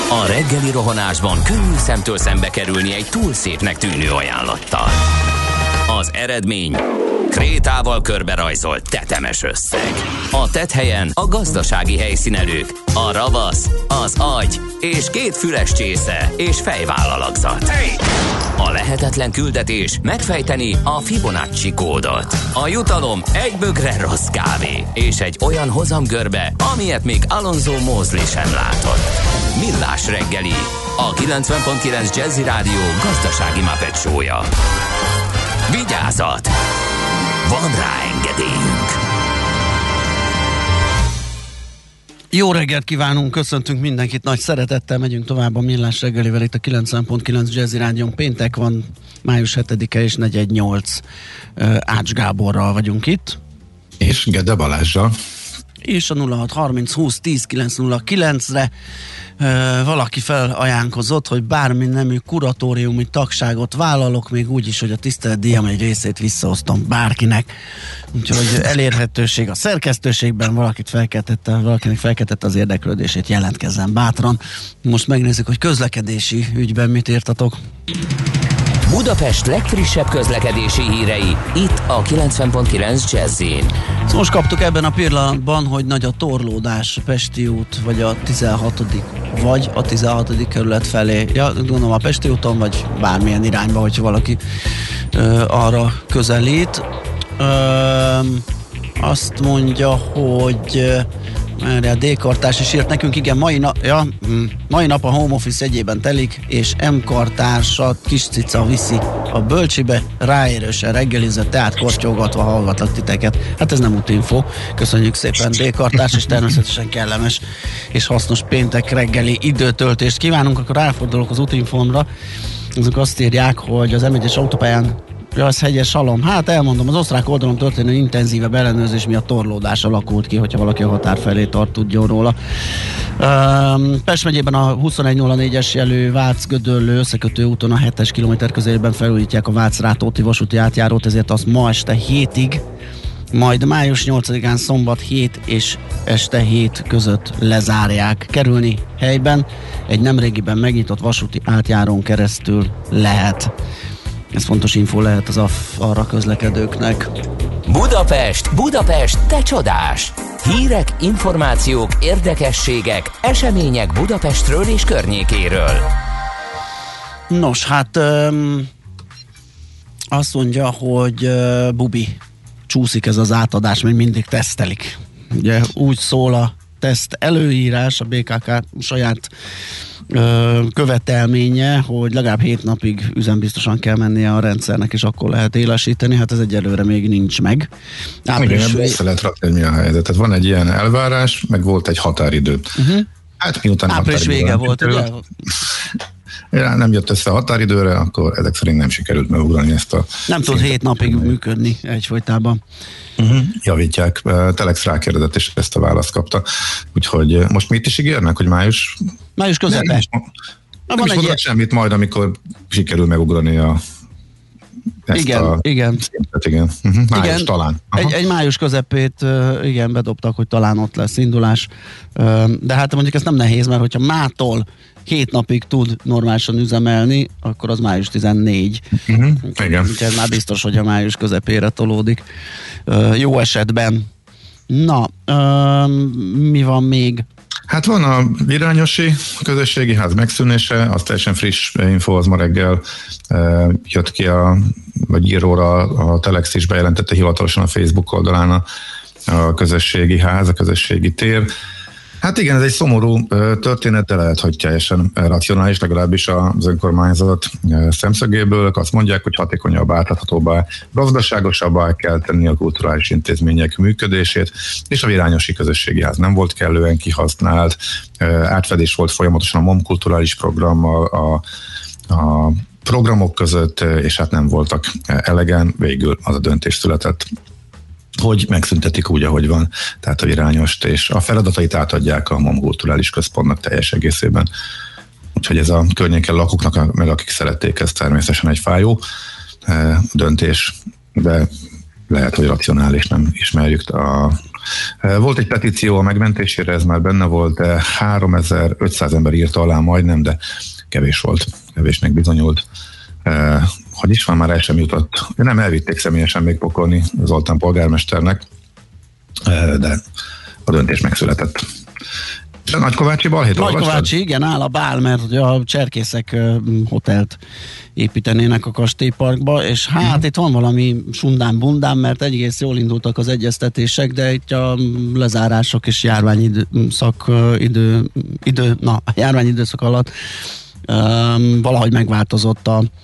A reggeli rohanásban könnyű szemtől szembe kerülni egy túl szépnek tűnő ajánlattal. Az eredmény krétával körberajzolt tetemes összeg. A tetthelyen a gazdasági helyszínelők, a ravasz, az agy és 2 füles csésze és fejvállalakzat. A lehetetlen küldetés megfejteni a Fibonacci kódot. A jutalom egy bögre rossz kávé és egy olyan hozamgörbe, amilyet még Alonso Mosley sem látott. Millás reggeli, a 90.9 Jazzy Rádió gazdasági Muppet show-ja. Vigyázat! Van rá engedélyünk! Jó reggelt kívánunk, köszöntünk mindenkit, nagy szeretettel megyünk tovább a Millás reggelivel itt a 90.9 Jazzy Rádión. Péntek van, május 7-e és 418 Ács Gáborral vagyunk itt. És Gede Balázsral. És a 0630 20 10 909-re valaki felajánlkozott, hogy bármi nemű kuratóriumi tagságot vállalok, még úgy is, hogy a tiszteletdíjam egy részét visszaosztom bárkinek. Úgyhogy elérhetőség a szerkesztőségben, valakinek felkeltette az érdeklődését, jelentkezzen bátran. Most megnézzük, hogy közlekedési ügyben mit írtatok. Budapest legfrissebb közlekedési hírei, itt a 90.9 Jazzyn. Most kaptuk ebben a pillanatban, hogy nagy a torlódás a Pesti út, vagy a 16. kerület felé. Ja, gondolom a Pesti úton, vagy bármilyen irányba, hogyha valaki arra közelít. Azt mondja, hogy a D-kartárs is írt nekünk, igen, mai nap a home office egyében telik, és M-kartársat kis cica viszi a bölcsibe, ráérősen reggelizett, tehát kortyogatva hallgatlak titeket. Hát ez nem útinfo. Köszönjük szépen, D-kartárs, és természetesen kellemes és hasznos péntek reggeli időtöltést kívánunk. Akkor ráfordulok az útinfómra. Azok azt írják, hogy az M1-es autópályán az hegyes halom. Hát elmondom, az osztrák oldalon történő intenzívebb ellenőrzés miatt torlódás alakult ki, hogyha valaki a határ felé tart, tudjon róla. Pest megyében a 2104-es jelű Vác-Gödöllő összekötő úton a 7-es kilométer közelében felújítják a Vác-Rátóti vasúti átjárót, ezért azt ma este 7-ig, majd május 8-án szombat 7 és este 7 között lezárják. Kerülni helyben egy nemrégiben megnyitott vasúti átjárón keresztül lehet. Ez fontos info lehet az arra közlekedőknek. Budapest, te csodás! Hírek, információk, érdekességek, események Budapestről és környékéről. Nos, hát azt mondja, hogy bubi, csúszik ez az átadás, még mindig tesztelik. Ugye úgy szól a teszt előírás, a BKK saját követelménye, hogy legalább 7 napig üzembiztosan kell mennie a rendszernek, és akkor lehet élesíteni, hát ez egyelőre még nincs meg. Igen, ebben össze lehet rakni, hogy mi a helyzet. Tehát van egy ilyen elvárás, meg volt egy határidő. Hát miután április vége volt, ugye? Nem jött össze a határidőre, akkor ezek szerint nem sikerült megugrani ezt a... Nem tud 7 napig működni egyfolytában. Javítják. Telex rákérdezett, és ezt a választ kapta. Úgyhogy most mit is ígérnek, hogy május közepe? Nem is mondok semmit majd, amikor sikerül megugrani igen. Május talán. Egy május közepét igen, bedobtak, hogy talán ott lesz indulás. De hát mondjuk ez nem nehéz, mert hogyha mától 7 napig tud normálisan üzemelni, akkor az május 14. Igen. Úgyhogy már biztos, hogy a május közepére tolódik. Jó esetben. Na, mi van még? Hát van a Virányosi közösségi ház megszűnése, az teljesen friss info, az ma reggel jött ki, vagy íróra a Telex is bejelentette hivatalosan a Facebook oldalán a közösségi ház, a közösségi tér. Hát igen, ez egy szomorú történet, de lehet, hogy teljesen racionális, legalábbis az önkormányzat szemszögéből. Azt mondják, hogy hatékonyabb, átláthatóbbá, gazdaságosabbá kell tenni a kulturális intézmények működését, és a Virányosi közösségi ház nem volt kellően kihasznált, átfedés volt folyamatosan a MOM kulturális programmal, a programok között, és hát nem voltak elegen, végül az a döntés született, hogy megszüntetik úgy, ahogy van, tehát a Virányost, és a feladatait átadják a MOM kulturális központnak teljes egészében. Úgyhogy ez a környéken lakóknak, meg akik szerették, ez természetesen egy fájó döntés, de lehet, hogy racionális, nem ismerjük a Volt egy petíció a megmentésére, ez már benne volt, de 3500 ember írta alá majdnem, de kevés volt, kevésnek bizonyult. Hogy is van, már el sem jutott. Nem elvitték személyesen még pokolni Zoltán polgármesternek, de a döntés megszületett. És a Nagykovácsi balhét olvastad? Nagykovácsi, igen, áll a bál, mert ugye a cserkészek hotelt építenének a kastélyparkba, és hát itt van valami sundán-bundán, mert egész jól indultak az egyeztetések, de itt a lezárások és járványidőszak alatt valahogy megváltozott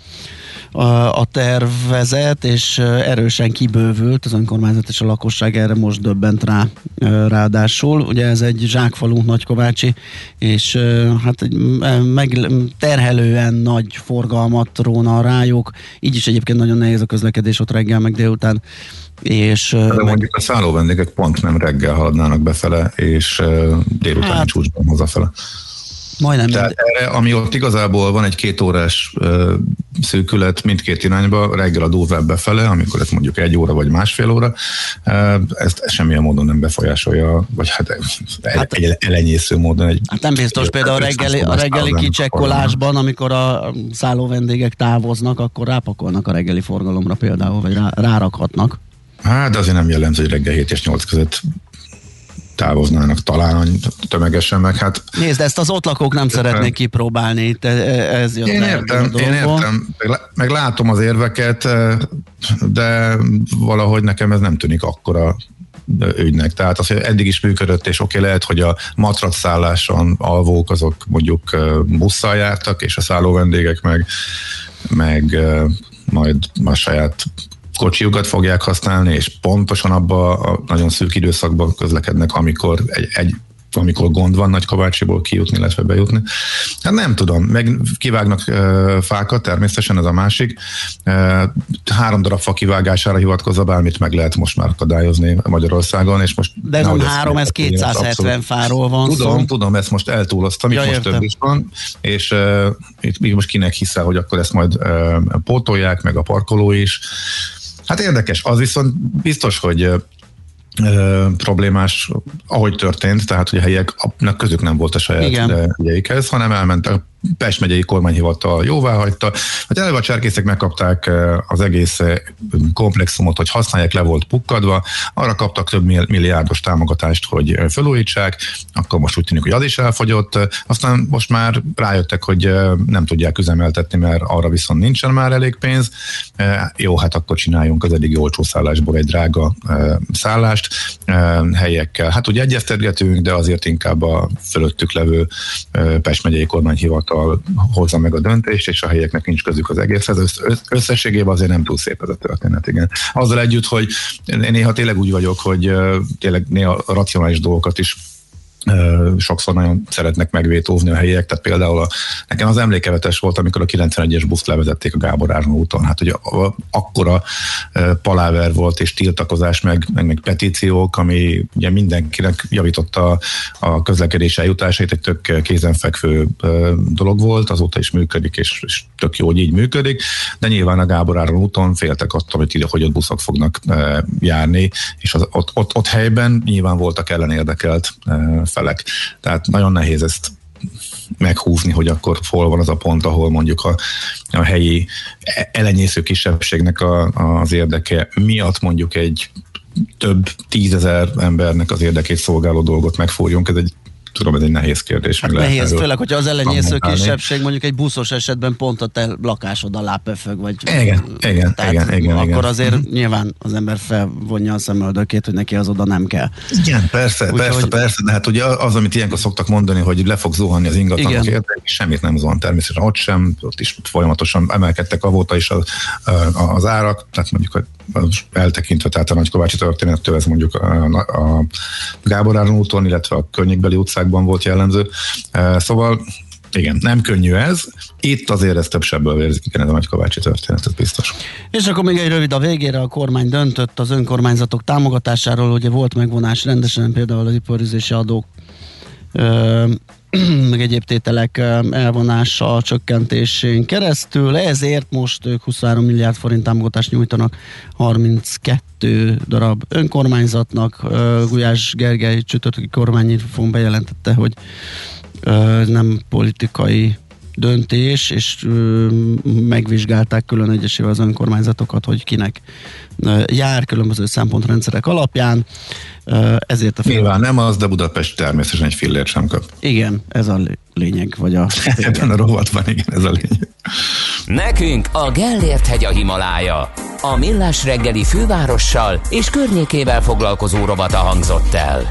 a tervezet, és erősen kibővült az önkormányzat és a lakosság erre most döbbent rá ráadásul. Ugye ez egy zsákfalú Nagykovácsi, és hát terhelően nagy forgalmat róna rájuk, így is egyébként nagyon nehéz a közlekedés ott reggel meg délután. És, de mondjuk a szálló vendégek pont nem reggel haladnának befele, és délután csúcsban hazafele. Majdnem. Tehát erre, ami ott igazából van egy 2 órás szűkület mindkét irányba, reggel a durvább befele, amikor ez mondjuk 1 óra vagy másfél óra, ezt semmilyen módon nem befolyásolja, vagy egy elenyésző módon. Hát nem biztos, például a reggeli kicsekkolásban, amikor a szálló vendégek távoznak, akkor rápakolnak a reggeli forgalomra például, vagy rárakhatnak. Hát, de azért nem jellemző, hogy reggel 7 és 8 között távoznának talán tömegesen, meg hát... Nézd, ezt az ott lakók nem szeretnék kipróbálni, ez jön. Én értem, meg látom az érveket, de valahogy nekem ez nem tűnik akkora ügynek. Tehát az, hogy eddig is működött, és oké, lehet, hogy a matracszálláson alvók azok mondjuk busszal jártak, és a szálló vendégek meg majd a saját kocsiukat fogják használni, és pontosan abban a nagyon szűk időszakban közlekednek, amikor amikor gond van Nagykovácsiból kijutni, illetve bejutni. Hát nem tudom, meg kivágnak fákat, természetesen ez a másik. 3 darab fa kivágására hivatkozva bármit meg lehet most már akadályozni Magyarországon, és most... De nem 3, ez 270 fáról van Tudom, ezt most eltúloztam, itt most több is van, és itt most kinek hiszel, hogy akkor ezt majd pótolják, meg a parkoló is. Hát érdekes, az viszont biztos, hogy problémás, ahogy történt, tehát hogy a helyieknek közük nem volt a saját ügyeikhez, hanem elment a Pest megyei kormányhivatal jóváhagyta. Hát eleve a cserkészek megkapták az egész komplexumot, hogy használják, le volt pukkadva, arra kaptak több milliárdos támogatást, hogy felújítsák, akkor most úgy tűnik, hogy az is elfogyott, aztán most már rájöttek, hogy nem tudják üzemeltetni, mert arra viszont nincsen már elég pénz. Jó, hát akkor csináljunk az eddig olcsó szállásból egy drága szállást helyiekkel. Hát ugye egyeztetgetünk, de azért inkább a fölöttük levő Pest megyei kormányhivatal hozza meg a döntést, és a helyieknek nincs közük az egészhez. Összességében azért nem túl szép ez a történet, igen. Azzal együtt, hogy néha tényleg úgy vagyok, hogy tényleg néha racionális dolgokat is sokszor nagyon szeretnek megvétózni a helyiek, tehát például nekem az emlékevetes volt, amikor a 91-es buszt levezették a Gábor Árnó úton, hát ugye akkora paláver volt és tiltakozás, meg petíciók, ami ugye mindenkinek javította a közlekedés eljutásait, egy tök kézenfekvő dolog volt, azóta is működik, és tök jó, hogy így működik, de nyilván a Gábor Árnó úton féltek attól, hogy ott buszok fognak járni, és ott helyben nyilván voltak ellenérdekelt felek. Tehát nagyon nehéz ezt meghúzni, hogy akkor hol van az a pont, ahol mondjuk a helyi elenyésző kisebbségnek az érdeke miatt mondjuk egy több 10 000 embernek az érdekét szolgáló dolgot megfúrjunk. Ez egy nehéz kérdés. Hát nehéz, főleg, hogyha az ellenyésző kisebbség mondjuk egy buszos esetben pont a te lakásod alá pöfög, vagy... Igen. Akkor azért nyilván az ember felvonja a szemöldökét, hogy neki az oda nem kell. Igen, persze, de hát ugye az, amit ilyenkor szoktak mondani, hogy le fog zuhanni az ingatlanok érdekét, semmit nem zuhan természetesen, ott sem, ott is folyamatosan emelkedtek avóta is az árak, tehát mondjuk eltekintve, tehát a Nagykovácsi történettől ez mondjuk a Gábor Árnó úton, illetve a környékbeli utcákban volt jellemző. Szóval igen, nem könnyű ez. Itt azért ez több sebből vérzik, igen, ez a Nagykovácsi történet, ez biztos. És akkor még egy rövid a végére, a kormány döntött az önkormányzatok támogatásáról, ugye volt megvonás rendesen, például az iparüzési adók meg egyéb tételek elvonása, csökkentésén keresztül, ezért most ők 23 milliárd forint támogatást nyújtanak 32 darab önkormányzatnak. Gulyás Gergely csütörtöki kormányinfón bejelentette, hogy nem politikai döntés, és megvizsgálták külön egyesével az önkormányzatokat, hogy kinek jár különböző szempontrendszerek alapján. Ezért Nyilván nem az, de Budapest természetesen egy fillért sem kap. Igen, ez a lényeg, vagy ebben a rovatban, igen, ez a lényeg. Nekünk a Gellért-hegy a Himalája. A Millás reggeli fővárossal és környékével foglalkozó rovata hangzott el.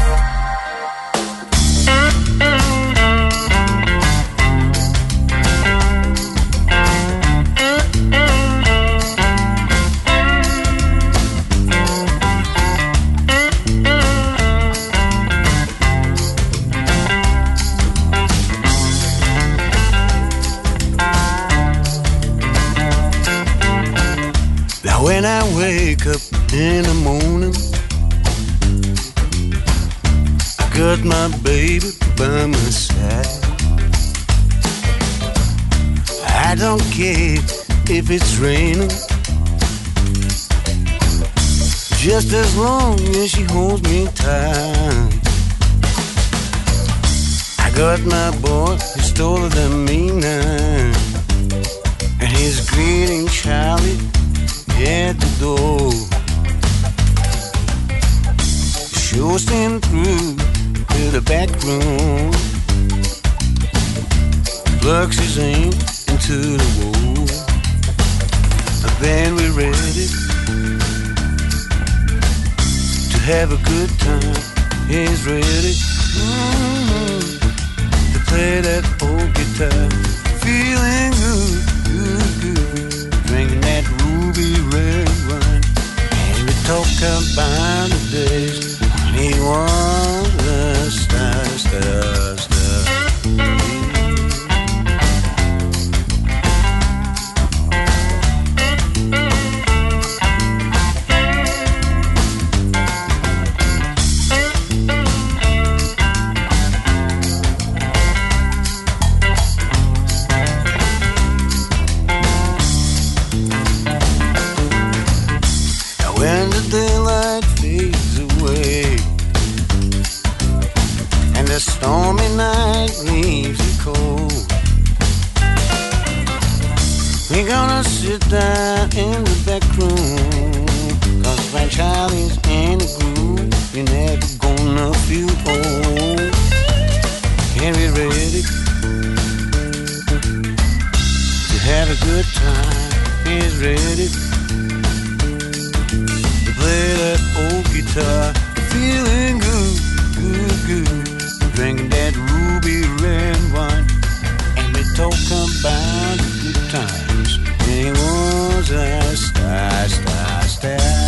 When I wake up in the morning, I got my baby by my side. I don't care if it's raining, just as long as she holds me tight. I got my boy who's taller than me now, and he's greeting Charlie at the door. Shows him through to the back room, plugs his in into the wall, and then we're ready to have a good time. He's ready to play that old guitar, feeling good, good, good, drinking that ruby red wine, and we talk about the days when he was a star, star, star. When the daylight fades away and the stormy night leaves you cold, we're gonna sit down in the back room, 'cause when Charlie's in the groove, you're never gonna feel old. And we're ready to have a good time. He's ready play that old guitar, feeling good, good, good, drinking that ruby red wine, and we talk about the good times. And he was a star, star, star.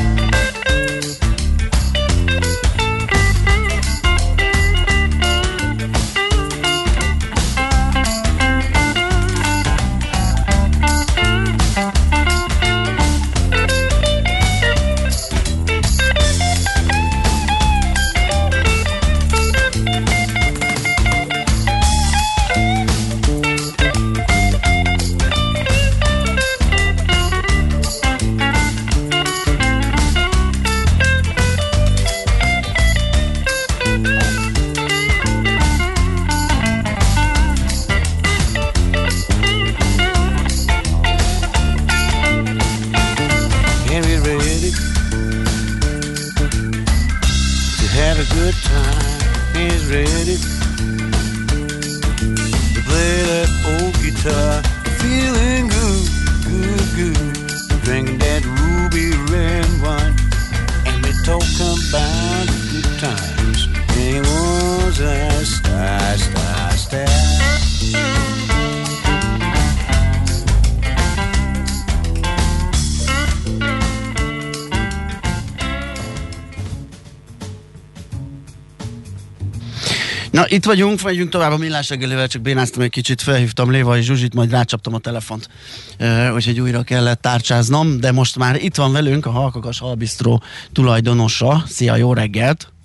Na, itt vagyunk tovább a Millás reggelivel, csak bénáztam egy kicsit, felhívtam Lévai Zsuzsit, majd rácsaptam a telefont, úgyhogy újra kellett tárcsáznom, de most már itt van velünk a Halkakas Halbisztró tulajdonosa. Szia, jó reggelt!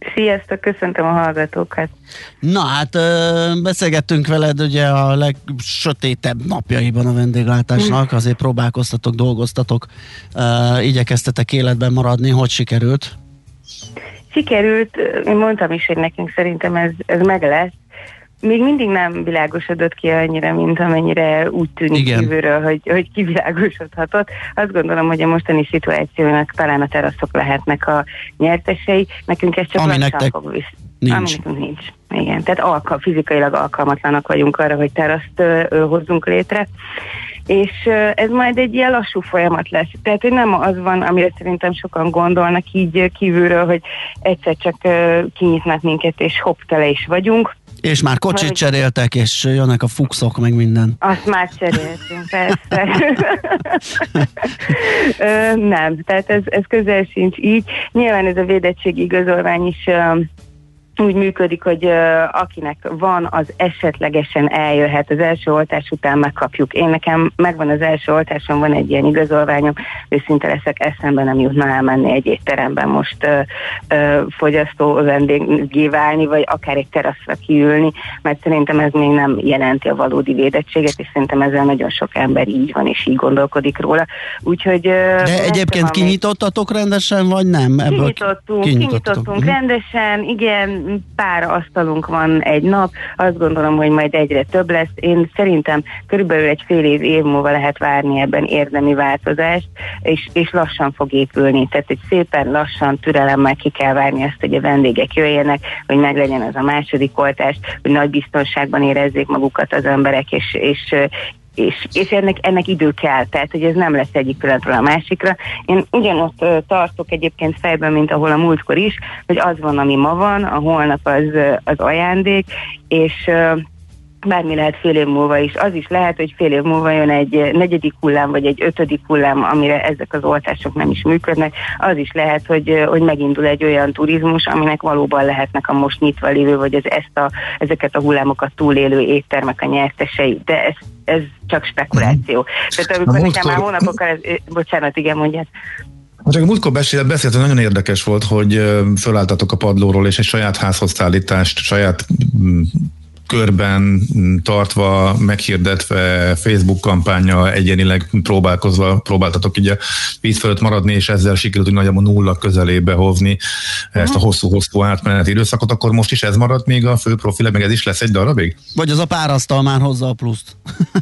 Sziasztok, köszöntöm a hallgatókat. Na hát beszélgettünk veled ugye a legsötétebb napjaiban a vendéglátásnak, azért próbálkoztatok, dolgoztatok, igyekeztetek életben maradni, hogy sikerült? Sikerült, én mondtam is, hogy nekünk szerintem ez meg lesz. Még mindig nem világosodott ki annyira, mint amennyire úgy tűnik kívülről, hogy kivilágosodhatott. Azt gondolom, hogy a mostani szituációnak talán a teraszok lehetnek a nyertesei. Nekünk ez csak lassan fog vissza. Ami nekünk nincs. Igen, tehát fizikailag alkalmatlanak vagyunk arra, hogy teraszt hozzunk létre. És ez majd egy ilyen lassú folyamat lesz. Tehát, hogy nem az van, amire szerintem sokan gondolnak így kívülről, hogy egyszer csak kinyitnak minket, és hopp, tele is vagyunk. És már kocsit cseréltek, és jönnek a fuxok, meg minden. Azt már cseréltünk, persze. Nem, tehát ez közel sincs így. Nyilván ez a védettségi igazolvány is úgy működik, hogy akinek van, az esetlegesen eljöhet. Az első oltás után megkapjuk. Én nekem megvan az első oltásom, van egy ilyen igazolványom, őszinte leszek, eszembe nem jutna elmenni egy étteremben most fogyasztó vendéggé válni, vagy akár egy teraszra kiülni, mert szerintem ez még nem jelenti a valódi védettséget, és szerintem ezzel nagyon sok ember így van, és így gondolkodik róla. Úgyhogy... De egyébként kinyitottatok rendesen, vagy nem? Kinyitottunk rendesen, igen, pár asztalunk van egy nap, azt gondolom, hogy majd egyre több lesz. Én szerintem körülbelül egy fél év múlva lehet várni ebben érdemi változást, és lassan fog épülni. Tehát egy szépen lassan, türelemmel ki kell várni azt, hogy a vendégek jöjjenek, hogy meglegyen az a második oltás, hogy nagy biztonságban érezzék magukat az emberek, és ennek idő kell, tehát hogy ez nem lesz egyik pillanatról a másikra. Én ugyanott tartok egyébként fejben, mint ahol a múltkor is, hogy az van, ami ma van, a holnap az ajándék, és bármi lehet fél év múlva is. Az is lehet, hogy fél év múlva jön egy negyedik hullám, vagy egy ötödik hullám, amire ezek az oltások nem is működnek. Az is lehet, hogy megindul egy olyan turizmus, aminek valóban lehetnek a most nyitva lévő, vagy ezeket a hullámokat túlélő éttermek a nyertesei. De ez csak spekuláció. Tehát amikor nekem már hónapokkal, bocsánat, igen, mondjad. Csak a múltkor beszélt, hogy nagyon érdekes volt, hogy fölálltatok a padlóról, és egy saját házhozszállítást, saját körben tartva, meghirdetve, Facebook kampánnyal egyénileg próbáltatok így a víz fölött maradni, és ezzel sikerült nagyjából nulla közelébe hozni ezt a hosszú-hosszú átmeneti időszakot, akkor most is ez marad még a fő profil, meg ez is lesz egy darabig? Vagy az a párasztal már hozza a pluszt?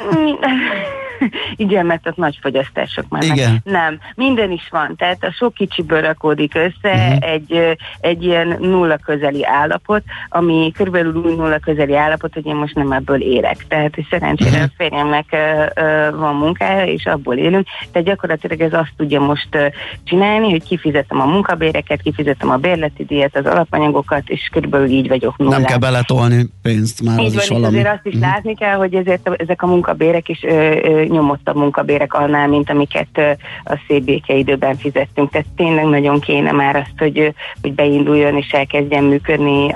Igen, mert ott nagy fogyasztások már. Igen. Nem, minden is van, tehát a sok kicsiből rakódik össze egy ilyen nulla közeli állapot, ami körülbelül úgy nulla közeli állapot, hogy én most nem ebből élek. Tehát szerencsére a férjemnek van munkája, és abból élünk, tehát gyakorlatilag ez azt tudja most csinálni, hogy kifizetem a munkabéreket, kifizetem a bérleti díjat, az alapanyagokat, és körülbelül így vagyok nullán. Nem kell beletolni pénzt már, így az van, is valami. Azért azt is látni kell, hogy ezek a munkabérek is nyomottabb munkabérek annál, mint amiket a szép békeidőben fizettünk. Tehát tényleg nagyon kéne már azt, hogy beinduljon és elkezdjen működni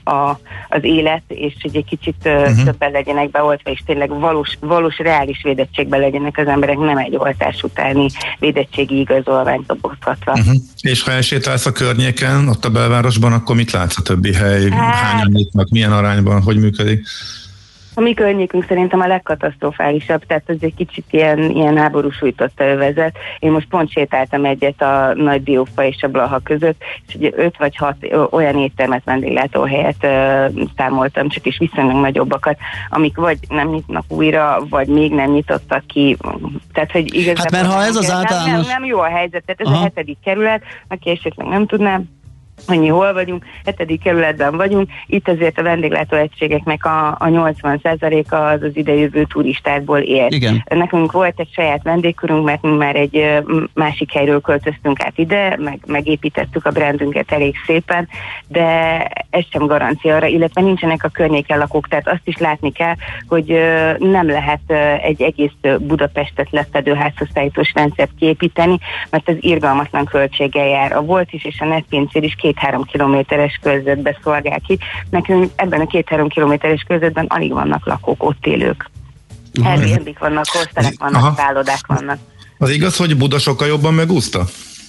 az élet, és hogy egy kicsit többen legyenek beoltva, és tényleg valós reális védettségben legyenek az emberek, nem egy oltás utáni védettségi igazolványt dobozgatva. És ha elsétálsz a környéken, ott a belvárosban, akkor mit látsz a többi hely? Hányan nyitnak, milyen arányban, hogy működik? A mi környékünk szerintem a legkatasztrofálisabb, tehát ez egy kicsit ilyen háborúsújtott övezet. Én most pont sétáltam egyet a Nagy Diófa és a Blaha között, és ugye 5 vagy 6 olyan éttermet, vendéglátóhelyet számoltam, csak is viszonylag nagyobbakat, amik vagy nem nyitnak újra, vagy még nem nyitottak ki. Tehát, hogy igazából hát mert ha ez az általános... nem jó a helyzet, tehát ez a 7. kerület, aki esetleg nem tudnám, annyi hol vagyunk, 7. kerületben vagyunk, itt azért a vendéglátóegységeknek a 80%-a az idejövő turistákból él. Igen. Nekünk volt egy saját vendégkörünk, mert mi már egy másik helyről költöztünk át ide, megépítettük a brandünket elég szépen, de ez sem garancia arra, illetve nincsenek a környéken lakók, tehát azt is látni kell, hogy nem lehet egy egész Budapestet lefedő házhozszállítós rendszert kiépíteni, mert ez irgalmatlan költséggel jár. A Volt is és a Netpincér is 2-3 kilométeres körzetbe szolgál ki. Nekünk ebben a 2-3 kilométeres körzetben alig vannak lakók, ott élők. Airbnb-k vannak, hostelek vannak, szállodák vannak. Az igaz, hogy Buda sokkal jobban megúszta?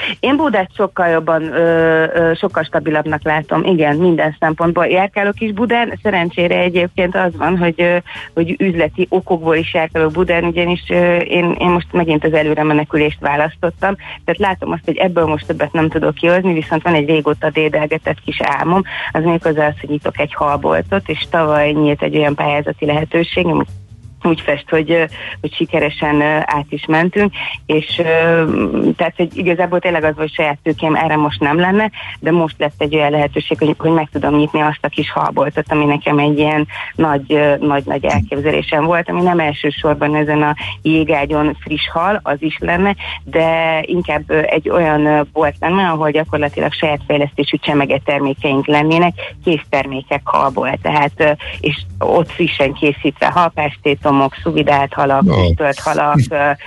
Én Budát sokkal jobban, sokkal stabilabbnak látom, igen, minden szempontból. Járkálok is Budán, szerencsére egyébként az van, hogy üzleti okokból is járkálok Budán, ugyanis én most megint az előre menekülést választottam, tehát látom azt, hogy ebből most többet nem tudok kihozni, viszont van egy régóta dédelgetett kis álmom, az méghozzá az, hogy nyitok egy halboltot, és tavaly nyílt egy olyan pályázati lehetőség, úgy fest, hogy sikeresen át is mentünk, és tehát, hogy igazából tényleg az, hogy saját tőkém erre most nem lenne, de most lett egy olyan lehetőség, hogy meg tudom nyitni azt a kis halboltot, ami nekem egy ilyen nagy elképzelésem volt, ami nem elsősorban ezen a jégágyon friss hal, az is lenne, de inkább egy olyan bolt lenne, ahol gyakorlatilag saját fejlesztésű csemege termékeink lennének, késztermékek halból, tehát és ott frissen készítve halpástétomok, szuvidált halak, füstölt halak,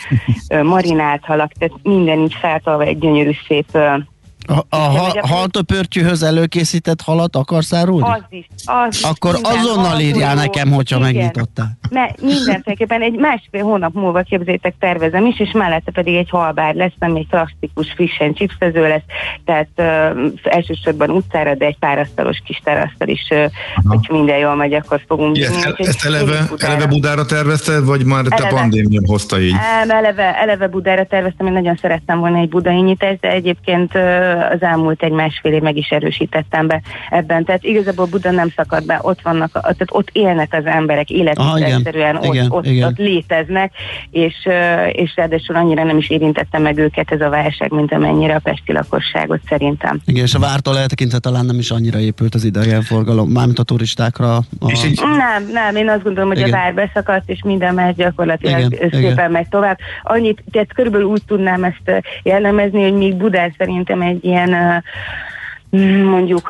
marinált halak, tehát minden így feltolva egy gyönyörű szép... A haltöpörtyűhöz előkészített halat akarsz árulni? Az is. Akkor azonnal írjál nekem, hogyha megnyitottál. Mindenféleképpen egy másfél hónap múlva képzétek tervezem is, és mellette pedig egy halbár lesz, nem egy klasszikus, frissen chipszező lesz, tehát elsősorban utcára, de egy pár asztalos kis terasztal is, hogy minden jól megy, akkor fogunk bírni. Ezt eleve Budára tervezted, vagy már te pandémia hozta így? Eleve Budára terveztem, én nagyon szerettem volna egy budai nyitást, de egyébként az elmúlt egy másfél év meg is erősítettem be ebben. Tehát igazából Buda nem szakad be, ott vannak, tehát ott élnek az emberek, életszerűen ott léteznek, és ráadásul annyira nem is érintette meg őket ez a válság, mint amennyire a pesti lakosságot szerintem. Igen, és a Vártól eltekintve talán nem is annyira épült az idegenforgalom, mármint a turistákra. Nem, én azt gondolom, hogy a Vár beszakadt, és minden más gyakorlatilag szépen megy tovább. Annyit, tehát körülbelül úgy tudnám ezt jellemezni, hogy még Budán szerintem egy ilyen mondjuk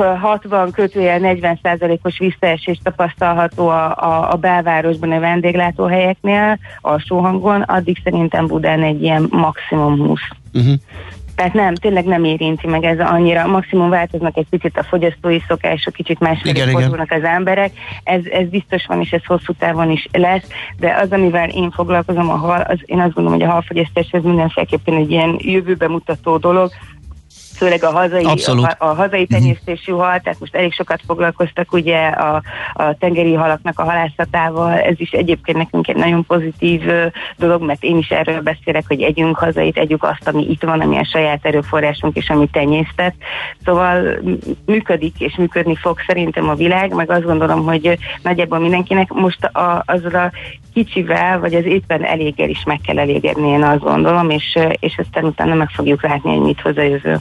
60-40%-os visszaesés tapasztalható a belvárosban a vendéglátóhelyeknél, alsó hangon, addig szerintem Budán egy ilyen maximum 20. Tehát tényleg nem érinti meg ez annyira. Maximum változnak egy picit a fogyasztói szokások, kicsit másfelé fordulnak az emberek. Ez biztos van, és ez hosszú távon is lesz, de az, amivel én foglalkozom, a hal, én azt gondolom, hogy a halfogyasztás ez mindenféleképpen egy ilyen jövőbe mutató dolog, főleg a hazai tenyésztésű hal, tehát most elég sokat foglalkoztak ugye a tengeri halaknak a halászatával, ez is egyébként nekünk egy nagyon pozitív dolog, mert én is erről beszélek, hogy együnk hazait, együk azt, ami itt van, ami a saját erőforrásunk és ami tenyésztett. Szóval működik és működni fog szerintem a világ, meg azt gondolom, hogy nagyjából mindenkinek most azzal a kicsivel, vagy az éppen eléggel is meg kell elégedni, én azt gondolom, és aztán utána meg fogjuk látni, hogy mit hoz a jövő.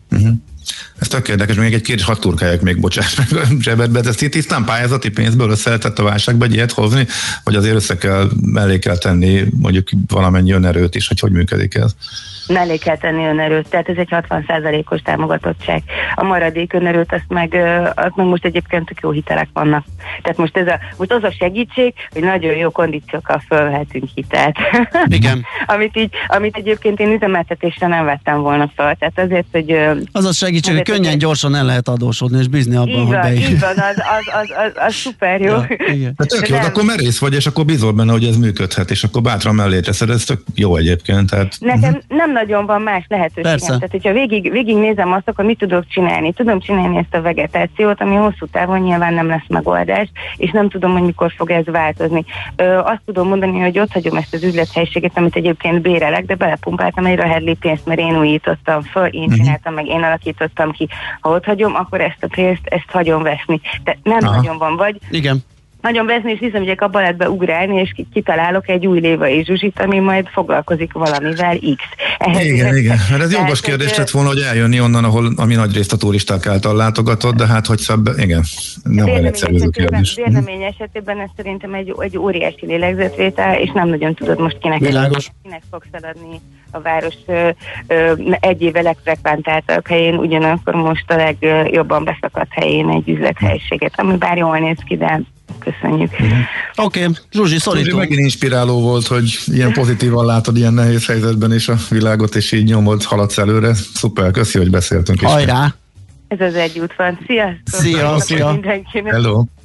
Ez tök érdekes, még egy kérdés, hadd turkáljak még, bocsáss meg a zsebedbe, de ezt tisztán pályázati pénzből össze lehetett a válságba egy ilyet hozni, vagy azért mellé kell tenni mondjuk valamennyi önerőt is, hogy működik ez? Mellé kell tenni önerőt, tehát ez egy 60%-os támogatottság. A maradék önerőt, azt meg most egyébként tök jó hitelek vannak. Tehát most az a segítség, hogy nagyon jó kondíciókkal fölvehetünk hitelt. Igen. amit egyébként én üzemeltetésre nem vettem volna fel. Tehát azért, hogy... Az a segítség, hogy könnyen, gyorsan el lehet adósodni, és bízni abban, hogy beír. Így van, az szuper jó. Ja, tök jó, akkor merész vagy, és akkor bízol benne, hogy ez működhet, és akkor bátran mellé teszed, ez tök jó egyébként. Tehát... Nekem nem nagyon van más lehetőségem. Tehát, hogyha végig nézem azt, akkor mit tudok csinálni? Tudom csinálni ezt a vegetációt, ami hosszú távon nyilván nem lesz megoldás, és nem tudom, hogy mikor fog ez változni. Azt tudom mondani, hogy ott hagyom ezt az üzlethelységet, amit egyébként bérelek, de belepumpáltam egy rahedli pénzt, mert én újítottam föl, én csináltam meg, én alakítottam ki. Ha ott hagyom, akkor ezt a pénzt, ezt hagyom veszni. Tehát nem nagyon van, vagy... Igen. Nagyon veszni, és hiszem, hogy a balátba ugrálni, és kitalálok egy új lévai zsuzsit, ami majd foglalkozik valamivel X. Igen. Mert ez jogos kérdés lett volna, hogy eljönni onnan, ami nagy részt a turisták által látogatott, de hát, hogy igen, nem olyan egyszerű ez a kérdés. Vérlemény esetében ez szerintem egy óriási lélegzetvétel, és nem nagyon tudod most kinek fogsz eladni a város egy éve legfrekventáltabb helyén, ugyanakkor most a legjobban beszakadt helyén egy üzlethelyiséget, ami bár jól néz ki, de köszönjük. Oké, Zsuzsi, szorítunk. Megint inspiráló volt, hogy ilyen pozitívan látod ilyen nehéz helyzetben is a világot, és így nyomod, haladsz előre. Szuper, köszi, hogy beszéltünk. Hajrá! Ez az egy út van. Sziasztok! Szia! Hello!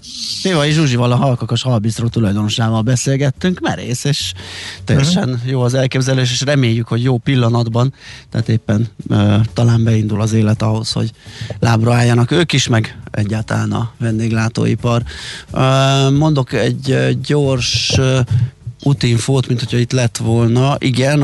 Éva és Zsuzsival, a Halkakas Halbisztró tulajdonosával beszélgettünk, merész, és teljesen jó az elképzelés, és reméljük, hogy jó pillanatban, tehát éppen talán beindul az élet ahhoz, hogy lábra álljanak ők is, meg egyáltalán a vendéglátóipar. Mondok egy gyors útinfót, mint hogyha itt lett volna. Igen,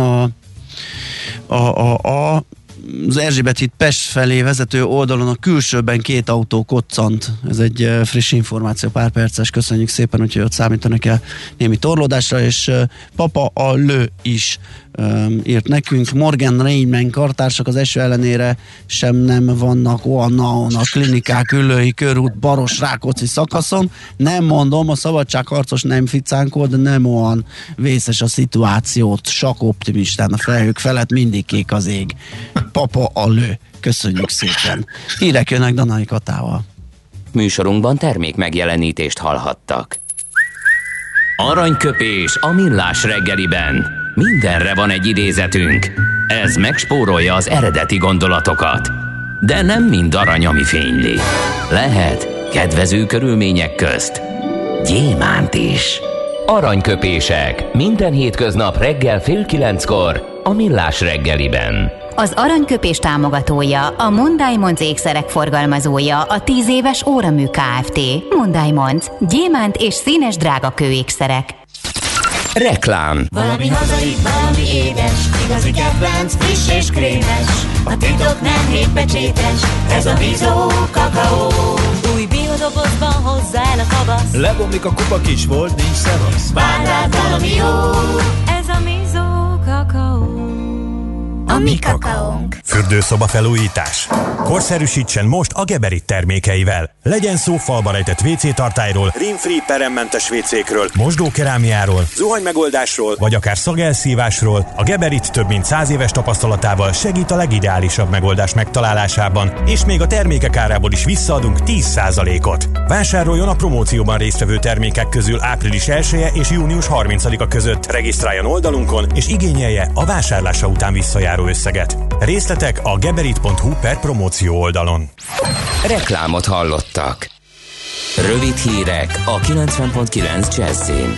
az Erzsébet híd Pest felé vezető oldalon a külsőben 2 autó koccant. Ez egy friss információ, pár perces, köszönjük szépen, úgyhogy ott számítanak el némi torlódásra, és Papa a Lő is írt nekünk. Morgan Rainman kartársak az eső ellenére sem nem vannak olyan a klinikák Üllői körút Baros Rákóczi szakaszon. Nem mondom, a szabadságharcos nem ficánkol, de nem olyan vészes a szituációt, sak optimistán a felhők felett mindig kék az ég. Papa a Lő. Köszönjük szépen. Hírek jönnek Danai Katával. Műsorunkban termék megjelenítést hallhattak. Aranyköpés a millás reggeliben. Mindenre van egy idézetünk. Ez megspórolja az eredeti gondolatokat. De nem mind arany, ami fényli. Lehet kedvező körülmények közt gyémánt is. Aranyköpések. Minden hétköznap reggel 8:30 a millás reggeliben. Az aranyköpés támogatója, a Mondimonc ékszerek forgalmazója, a 10 éves Óramű Kft. Mondimonc. Gyémánt és színes drágakő ékszerek. Reklám. Valami hazai, valami édes, igazi kedvenc, friss és krémes. A titok nem hétpecsétes, ez a Mizó kakaó. Új biodobozban hozzá el a kabasz. Lebomlik a kupa, kis volt, nincs szevasz. Vár rád valami jó, ez a Mizó kakaó. A mi kakaónk. Fürdőszoba felújítás. Korszerűsítsen most a Geberit termékeivel. Legyen szó falba rejtett WC tartályról, rim-free peremmentes WC-kről, mosdókerámiáról, zuhanymegoldásról, vagy akár szagelszívásról. A Geberit több mint 100 éves tapasztalatával segít a legideálisabb megoldás megtalálásában, és még a termékek árából is visszaadunk 10%-ot. Vásároljon a promócióban résztvevő termékek közül április 1-e és június 30-a között. Regisztráljon oldalunkon, és igényelje a vásárlása után visszajáró összeget. Részletek a geberit.hu/promóció oldalon. Reklámot hallottak. Rövid hírek a 90.9 Jazzin.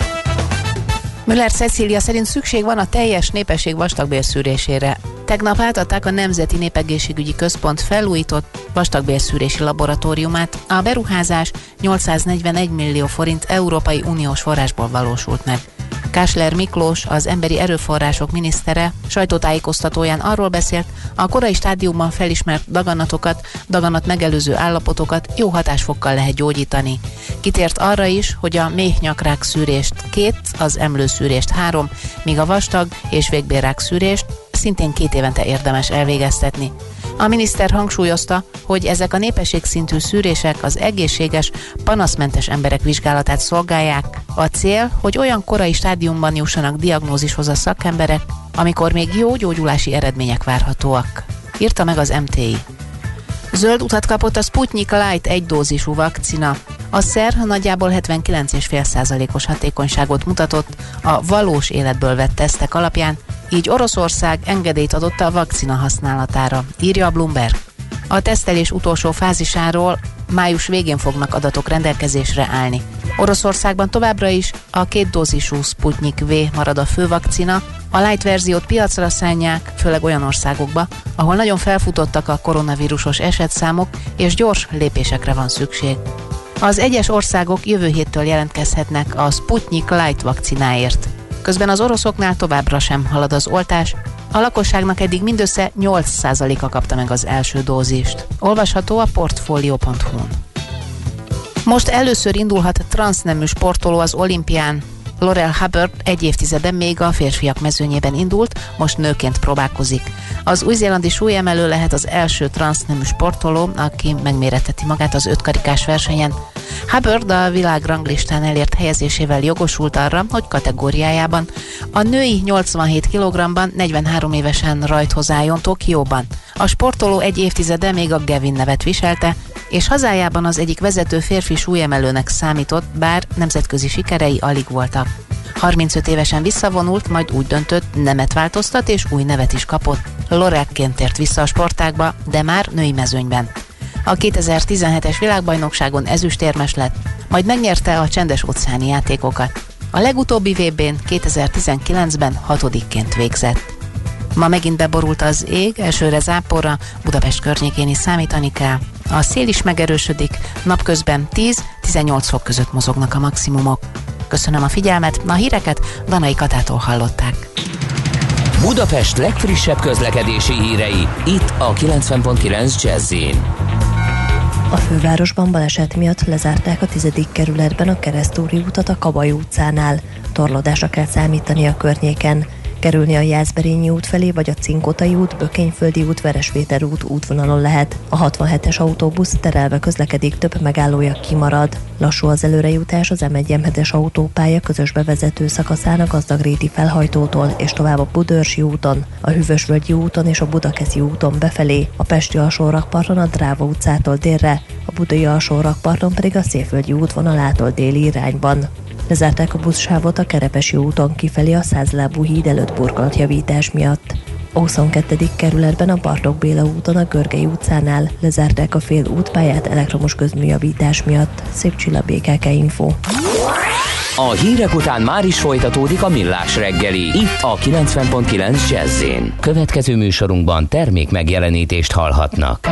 Müller Cecília szerint szükség van a teljes népesség vastagbélszűrésére. Tegnap átadták a Nemzeti Népegészségügyi Központ felújított vastagbélszűrési laboratóriumát. A beruházás 841 millió forint Európai Uniós forrásból valósult meg. Kásler Miklós, az emberi erőforrások minisztere sajtótájékoztatóján arról beszélt, a korai stádiumban felismert daganatokat, daganat megelőző állapotokat jó hatásfokkal lehet gyógyítani. Kitért arra is, hogy a méhnyakrák szűrést 2, az emlőszűrést 3, míg a vastag és végbélrák szűrést szintén 2 évente érdemes elvégeztetni. A miniszter hangsúlyozta, hogy ezek a népességszintű szűrések az egészséges, panaszmentes emberek vizsgálatát szolgálják. A cél, hogy olyan korai stádiumban jussanak diagnózishoz a szakemberek, amikor még jó gyógyulási eredmények várhatóak. Írta meg az MTI. Zöld utat kapott a Sputnik Light 1 dózisú vakcina. A szer nagyjából 79,5%-os hatékonyságot mutatott a valós életből vett tesztek alapján, így Oroszország engedélyt adott a vakcina használatára, írja a Bloomberg. A tesztelés utolsó fázisáról május végén fognak adatok rendelkezésre állni. Oroszországban továbbra is a 2 dózisú Sputnik V marad a fő vakcina, a light verziót piacra szánják, főleg olyan országokba, ahol nagyon felfutottak a koronavírusos esetszámok, és gyors lépésekre van szükség. Az egyes országok jövő héttől jelentkezhetnek a Sputnik Light vakcináért. Közben az oroszoknál továbbra sem halad az oltás, a lakosságnak eddig mindössze 8%-a kapta meg az első dózist. Olvasható a portfolio.hu-n. Most először indulhat transznemű sportoló az olimpián. Laurel Hubbard 1 évtizede még a férfiak mezőnyében indult, most nőként próbálkozik. Az új-zélandi súlyemelő lehet az első transznemű sportoló, aki megméretteti magát az 5 karikás versenyen. Hubbard a világranglistán elért helyezésével jogosult arra, hogy kategóriájában a női 87 kg-ban 43 évesen rajthoz álljon Tokióban. A sportoló 1 évtizede még a Gavin nevet viselte, és hazájában az egyik vezető férfi súlyemelőnek számított, bár nemzetközi sikerei alig voltak. 35 évesen visszavonult, majd úgy döntött, nemet változtat és új nevet is kapott. Lorelként tért vissza a sportágba, de már női mezőnyben. A 2017-es világbajnokságon ezüstérmes lett, majd megnyerte a csendes-óceáni játékokat. A legutóbbi VB-n 2019-ben 6-ként végzett. Ma megint beborult az ég, elsőre záporra, Budapest környékén is számítani kell. A szél is megerősödik, napközben 10-18 fok között mozognak a maximumok. Köszönöm a figyelmet, a híreket Danai Katától hallották. Budapest legfrissebb közlekedési hírei, itt a 90.9 Jazz-in. A fővárosban baleset miatt lezárták a 10. kerületben a Keresztúri utat a Kabaj utcánál. Torlódásra kell számítani a környéken. Kerülni a Jászberényi út felé vagy a Cinkotai út, Bökényföldi út, Veresvéter út útvonalon lehet. A 67-es autóbusz terelve közlekedik, több megállója kimarad. Lassú az előrejutás az M1-M7-es autópálya közös bevezető szakaszán a Gazdagréti felhajtótól és tovább a Budörsi úton, a Hűvösvölgyi úton és a Budakeszi úton befelé, a Pesti alsórakparton a Dráva utcától délre, a Budai alsórakparton pedig a Székföldi útvonalától déli irányban. Lezárták a buszsávot a Kerepesi úton kifelé a Százlábú híd előtt burkolatjavítás miatt. A 22. kerületben a Bartók Béla úton a Görgei utcánál lezárták a fél útpályát elektromos közműjavítás miatt. Szép Csilla, BKK Info. A hírek után már is folytatódik a Millás reggeli, itt a 90.9 Jazz-in. Következő műsorunkban termék megjelenítést hallhatnak.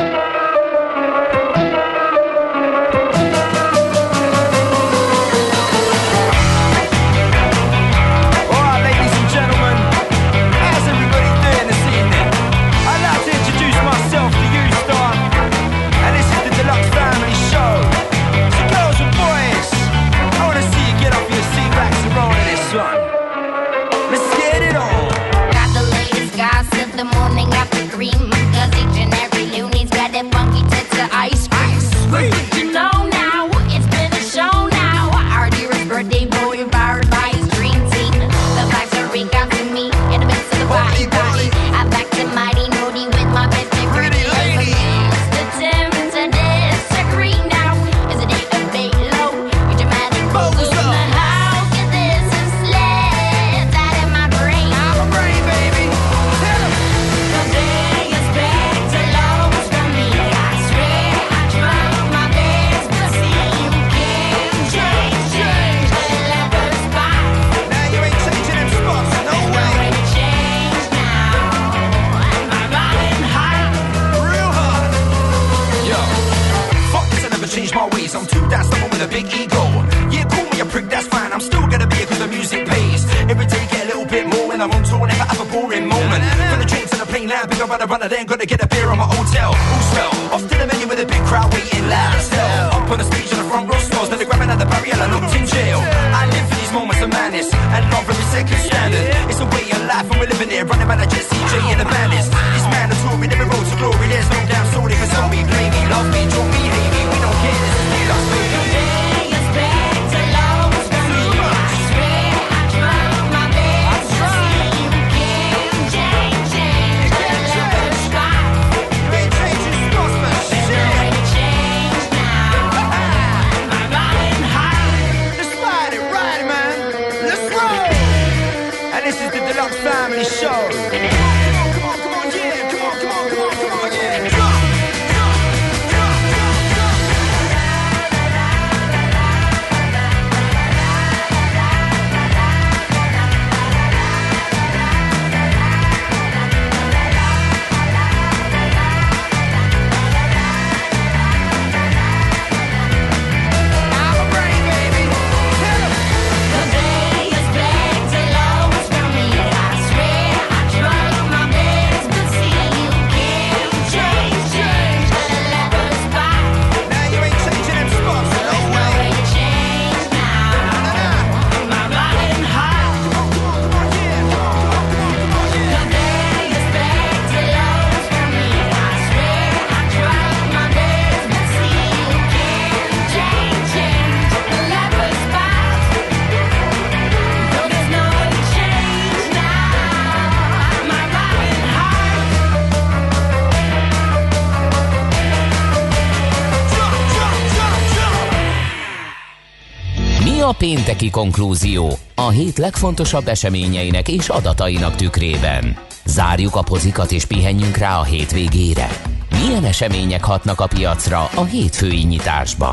A pénteki konklúzió a hét legfontosabb eseményeinek és adatainak tükrében. Zárjuk a pozikat és pihenjünk rá a hétvégére. Milyen események hatnak a piacra a hétfői nyitásban?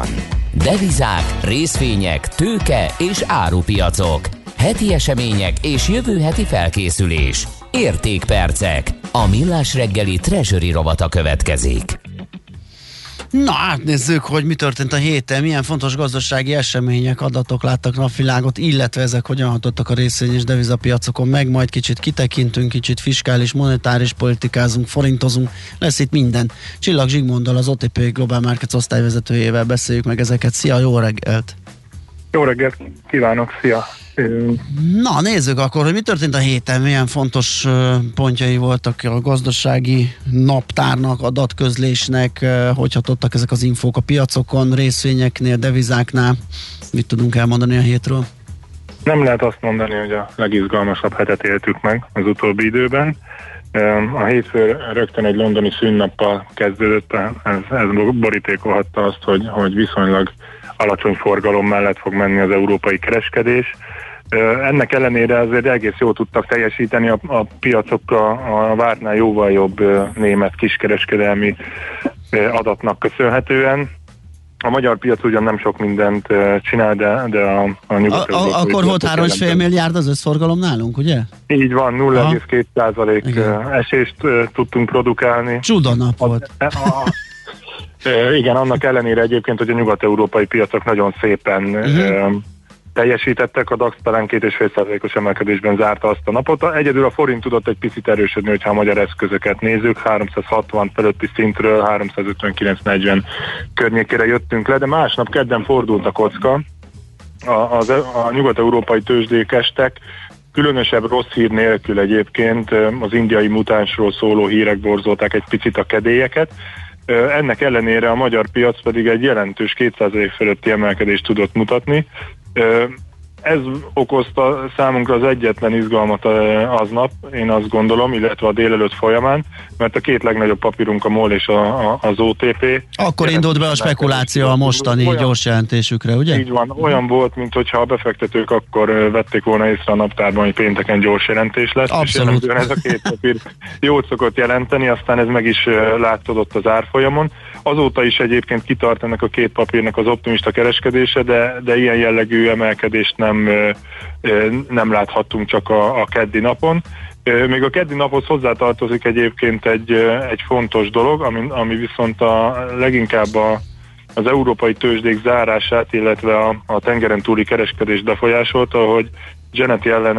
Devizák, részvények, tőke és árupiacok. Heti események és jövő heti felkészülés. Értékpercek. A Millás reggeli Treasury rovata következik. Na, átnézzük, hogy mi történt a héten, milyen fontos gazdasági események, adatok láttak napvilágot, illetve ezek hogyan hatottak a részvény- és devizapiacokon, meg majd kicsit kitekintünk, kicsit fiskális, monetáris politikázunk, forintozunk, lesz itt minden. Csillag Zsigmonddal, az OTP Global Markets osztályvezetőjével beszéljük meg ezeket. Szia, jó reggelt! Jó reggelt kívánok, szia! Na, nézzük akkor, hogy mi történt a héten, milyen fontos pontjai voltak a gazdasági naptárnak, adatközlésnek, hogy hatottak ezek az infók a piacokon, részvényeknél, devizáknál. Mit tudunk elmondani a hétről? Nem lehet azt mondani, hogy a legizgalmasabb hetet éltük meg az utóbbi időben. A hétfő rögtön egy londoni szünnappal kezdődött, ez borítékolhatta azt, hogy viszonylag alacsony forgalom mellett fog menni az európai kereskedés. Ennek ellenére azért egész jól tudtak teljesíteni a piacok a vártnál jóval jobb német kiskereskedelmi adatnak köszönhetően. A magyar piac ugyan nem sok mindent csinál, de a nyugat-európai... Akkor volt 3,5 milliárd az összforgalom nálunk, ugye? Így van, 0,2% esést tudtunk produkálni. Csuda nap volt. Igen, annak ellenére egyébként, hogy a nyugat-európai piacok nagyon szépen teljesítettek, a DAX talán 2,5%-os emelkedésben zárta azt a napot. Egyedül a forint tudott egy picit erősödni, hogyha a magyar eszközöket nézzük, 360 fölötti szintről 359-40 környékére jöttünk le, de másnap kedden fordult a kocka, a nyugat-európai tőzsdék estek, különösebb rossz hír nélkül egyébként az indiai mutánsról szóló hírek borzolták egy picit a kedélyeket. Ennek ellenére a magyar piac pedig egy jelentős 2% fölötti emelkedést tudott mutatni. Ez okozta számunkra az egyetlen izgalmat aznap, én azt gondolom, illetve a délelőtt folyamán, mert a két legnagyobb papírunk, a MOL és az OTP. Akkor indult be a spekuláció a mostani gyors jelentésükre, ugye? Így van, olyan volt, mintha a befektetők akkor vették volna észre a naptárban, hogy pénteken gyors jelentés lesz. Abszolút. És ez a két papír jót szokott jelenteni, aztán ez meg is látszódott az árfolyamon. Azóta is egyébként kitart ennek a két papírnak az optimista kereskedése, de ilyen jellegű emelkedést nem láthattunk csak a keddi napon. Még a keddi naphoz hozzátartozik egyébként egy fontos dolog, ami viszont leginkább az európai tőzsdék zárását, illetve a tengeren túli kereskedést befolyásolta, hogy Janet Yellen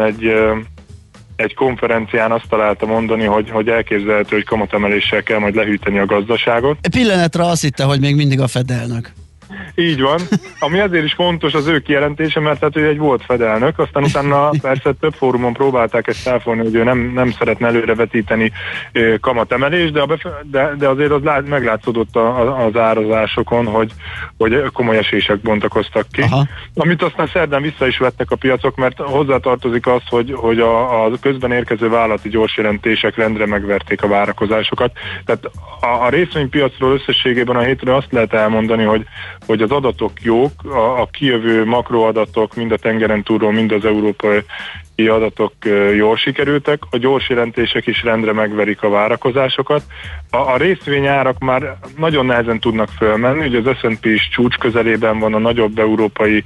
egy konferencián azt találta mondani, hogy elképzelhető, hogy kamatemeléssel kell majd lehűteni a gazdaságot. Pillanatra azt hitte, hogy még mindig a Fed elnök. Így van, ami azért is fontos az ő kijelentése, mert hát ő egy volt fedelnök, aztán utána persze több fórumon próbálták ezt elfogni, hogy ő nem szeretne előrevetíteni kamatemelést, de azért az meglátszódott az árazásokon, hogy komoly esések bontakoztak ki. Aha. Amit aztán szerdán vissza is vettek a piacok, mert hozzátartozik az, hogy a közben érkező vállalati gyorsjelentések rendre megverték a várakozásokat. Tehát a részvénypiacról összességében a hétre azt lehet elmondani, hogy az adatok jók, a kijövő makroadatok mind a tengeren túlról, mind az európai adatok jól sikerültek, a gyors jelentések is rendre megverik a várakozásokat. A részvényárak már nagyon nehezen tudnak fölmenni, ugye az S&P is csúcs közelében van, a nagyobb európai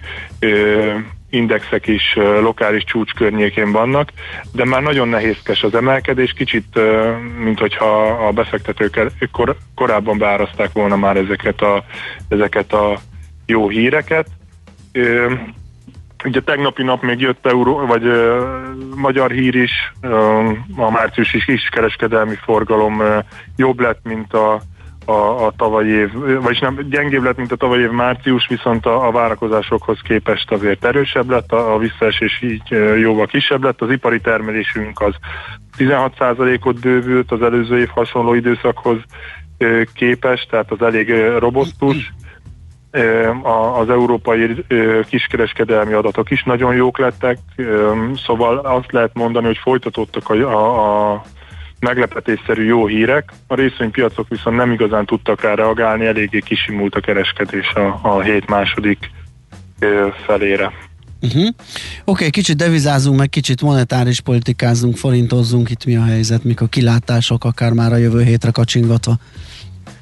indexek is lokális csúcs környékén vannak, de már nagyon nehézkes az emelkedés, kicsit, mint hogyha a befektetők korábban beárazták volna már ezeket a jó híreket. Ugye tegnapi nap még jött magyar hír is, a márciusi kiskereskedelmi forgalom jobb lett, mint a tavalyi év, vagyis nem, gyengébb lett, mint a tavalyi év március, viszont a várakozásokhoz képest azért erősebb lett, a visszaesés így jóval kisebb lett, az ipari termelésünk az 16%-ot bővült az előző év hasonló időszakhoz képest, tehát az elég robosztus. Az európai kiskereskedelmi adatok is nagyon jók lettek, szóval azt lehet mondani, hogy folytatódtak a meglepetésszerű jó hírek. A részvénypiacok viszont nem igazán tudtak rá reagálni, eléggé kisimult a kereskedés a hét második felére. Oké, kicsit devizázunk, meg kicsit monetáris politikázunk, forintozzunk, itt mi a helyzet, mik a kilátások, akár már a jövő hétre kacsingatva?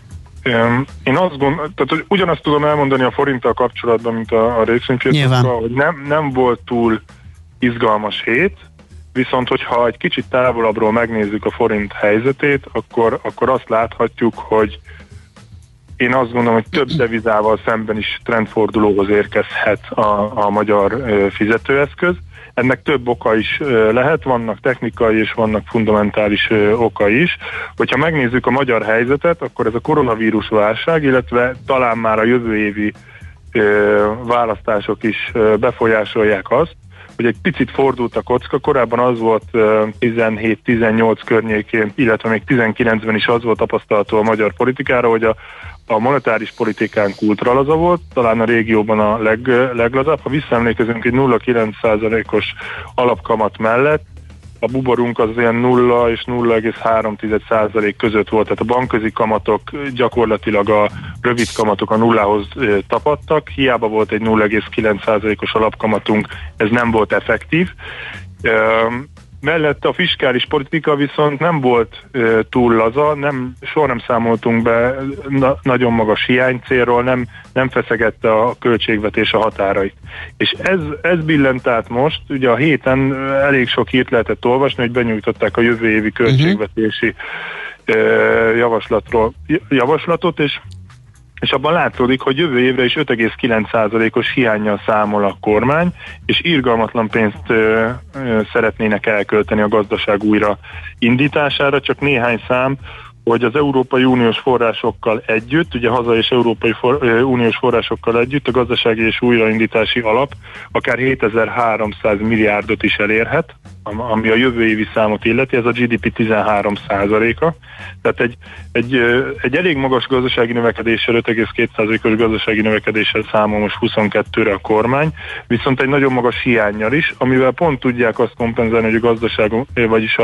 Én azt gondolom, tehát hogy ugyanazt tudom elmondani a forinttal kapcsolatban, mint a részvénypiacokkal, hogy nem volt túl izgalmas hét, viszont hogyha egy kicsit távolabbról megnézzük a forint helyzetét, akkor azt láthatjuk, hogy én azt gondolom, hogy több devizával szemben is trendfordulóhoz érkezhet a magyar fizetőeszköz. Ennek több oka is lehet, vannak technikai és vannak fundamentális oka is. Hogyha megnézzük a magyar helyzetet, akkor ez a koronavírus válság, illetve talán már a jövő évi választások is befolyásolják azt, hogy egy picit fordult a kocka, korábban az volt 17-18 környékén, illetve még 19-ben is az volt tapasztalható a magyar politikára, hogy a monetáris politikánk ultralaza volt, talán a régióban a leglazább. Ha visszaemlékezünk egy 0,9%-os alapkamat mellett, a buborunk az ilyen 0 és 0,3% között volt, tehát a bankközi kamatok gyakorlatilag a rövid kamatok a nullához tapadtak, hiába volt egy 0,9%-os alapkamatunk, ez nem volt effektív. Mellette a fiskális politika viszont nem volt túl laza, soha nem számoltunk be nagyon magas hiánycélról, nem feszegette a költségvetés a határait. És ez billent át most, ugye a héten elég sok hírt lehetett olvasni, hogy benyújtották a jövő évi költségvetési javaslatot, és abban látszódik, hogy jövő évre is 5,9%-os hiánnyal számol a kormány, és irgalmatlan pénzt szeretnének elkölteni a gazdaság újra indítására. Csak néhány szám, hogy az Európai Uniós forrásokkal együtt, ugye haza és Európai Uniós forrásokkal együtt a gazdasági és újraindítási alap akár 7300 milliárdot is elérhet, ami a jövő évi számot illeti, ez a GDP 13%-a. Tehát egy elég magas gazdasági növekedéssel, 5,2%-os gazdasági növekedéssel számol most 22-re a kormány, viszont egy nagyon magas hiánnyal is, amivel pont tudják azt kompenzálni, hogy a gazdaságunk, vagyis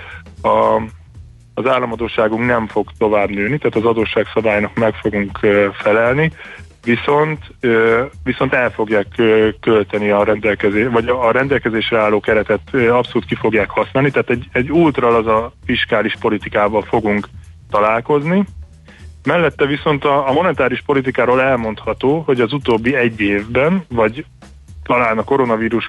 az államadósságunk nem fog tovább nőni, tehát az adósságszabálynak meg fogunk felelni, viszont el fogják költeni a rendelkezésre álló keretet abszolút ki fogják használni, tehát egy ultralaza fiskális politikával fogunk találkozni. Mellette viszont a monetáris politikáról elmondható, hogy az utóbbi egy évben, vagy talán a koronavírus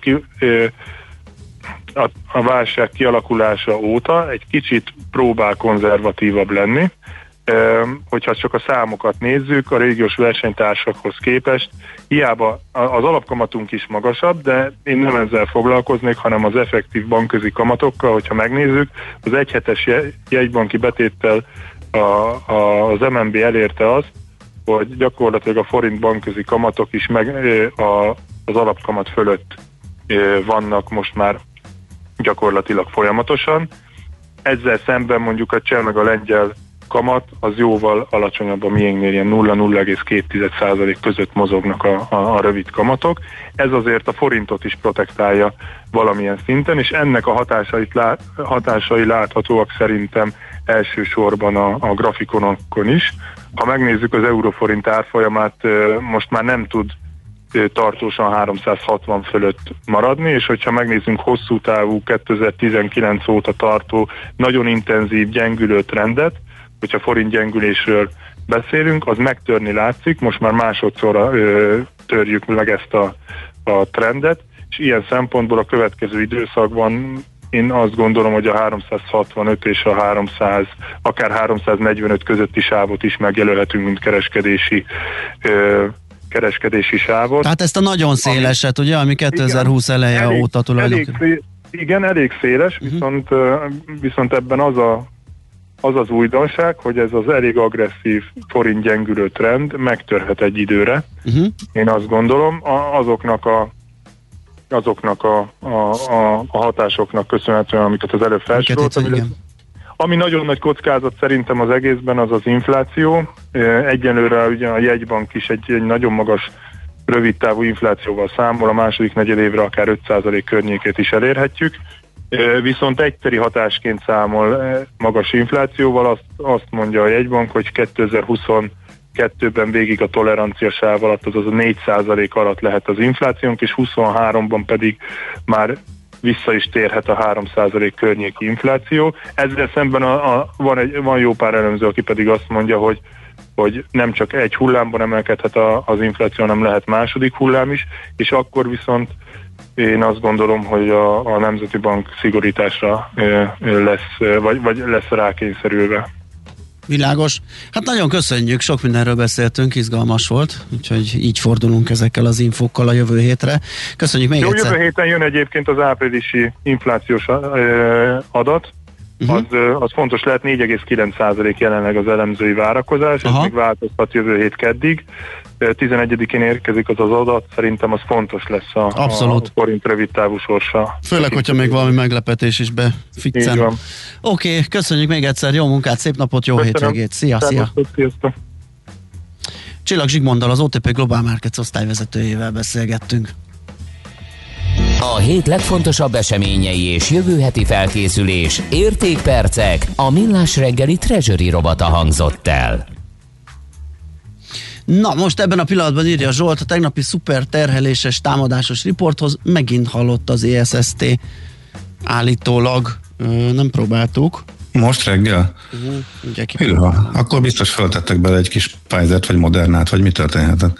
a válság kialakulása óta egy kicsit próbál konzervatívabb lenni. Hogyha csak a számokat nézzük, a régiós versenytársakhoz képest, hiába az alapkamatunk is magasabb, de én nem ezzel foglalkoznék, hanem az effektív bankközi kamatokkal, hogyha megnézzük, az egyhetes jegybanki betéttel az MNB elérte azt, hogy gyakorlatilag a forint bankközi kamatok is az alapkamat fölött vannak most már gyakorlatilag folyamatosan. Ezzel szemben mondjuk a cseh meg a lengyel kamat az jóval alacsonyabb a miénknél, ilyen 0,2% között mozognak a rövid kamatok. Ez azért a forintot is protektálja valamilyen szinten, és ennek a hatásai láthatóak szerintem elsősorban a grafikonokon is. Ha megnézzük az euróforint árfolyamát, most már nem tud tartósan 360 fölött maradni, és hogyha megnézzünk hosszú távú 2019 óta tartó, nagyon intenzív gyengülő trendet, hogyha forint gyengülésről beszélünk, az megtörni látszik, most már másodszorra törjük meg ezt a trendet, és ilyen szempontból a következő időszakban én azt gondolom, hogy a 365 és a 300, akár 345 közötti sávot is megjelölhetünk, mint kereskedési sávot. Tehát ezt a nagyon széleset, ugye, ami 2020 eleje óta tulajdonképpen. Igen, elég széles, viszont ebben az az újdonság, hogy ez az elég agresszív forint gyengülő trend megtörhet egy időre. Én azt gondolom, azoknak a hatásoknak köszönhetően, amiket az előbb felsoroltam. Ami nagyon nagy kockázat szerintem az egészben, az az infláció. Egyenlőre ugye a jegybank is egy nagyon magas rövidtávú inflációval számol, a második negyedévre akár 5% környékét is elérhetjük. Viszont egyszeri hatásként számol magas inflációval, azt mondja a jegybank, hogy 2022-ben végig a tolerancia sáv alatt, azaz a 4% alatt lehet az inflációnk, és 23-ban pedig már vissza is térhet a 3% környéki infláció. Ezzel szemben van jó pár elemző, aki pedig azt mondja, hogy hogy nem csak egy hullámban emelkedhet az infláció, hanem lehet második hullám is, és akkor viszont én azt gondolom, hogy a Nemzeti Bank szigorításra lesz, vagy lesz rákényszerülve. Világos. Hát nagyon köszönjük, sok mindenről beszéltünk, izgalmas volt, úgyhogy így fordulunk ezekkel az infókkal a jövő hétre. Köszönjük még egyszer. Jövő héten jön egyébként az áprilisi inflációs adat, az fontos lehet, 4,9% jelenleg az elemzői várakozás, ez még változtat jövő hét keddig. 11-én érkezik az adat, szerintem az fontos lesz a forint rövidtávú sorsa. Főleg, hogyha még valami meglepetés is beficcen. Oké, köszönjük még egyszer, jó munkát, szép napot, jó hétvégét. Szia! Csillag Zsigmonddal, az OTP Global Markets osztályvezetőjével beszélgettünk. A hét legfontosabb eseményei és jövő heti felkészülés, értékpercek, a Millás reggeli Treasury robata hangzott el. Na, most ebben a pillanatban írja Zsolt, a tegnapi szuper terheléses támadásos riporthoz megint hallott az ESST állítólag. Nem próbáltuk. Most reggel? Hűha, akkor biztos föltettek bele egy kis Pfizert vagy Modernát, vagy mi történhetett?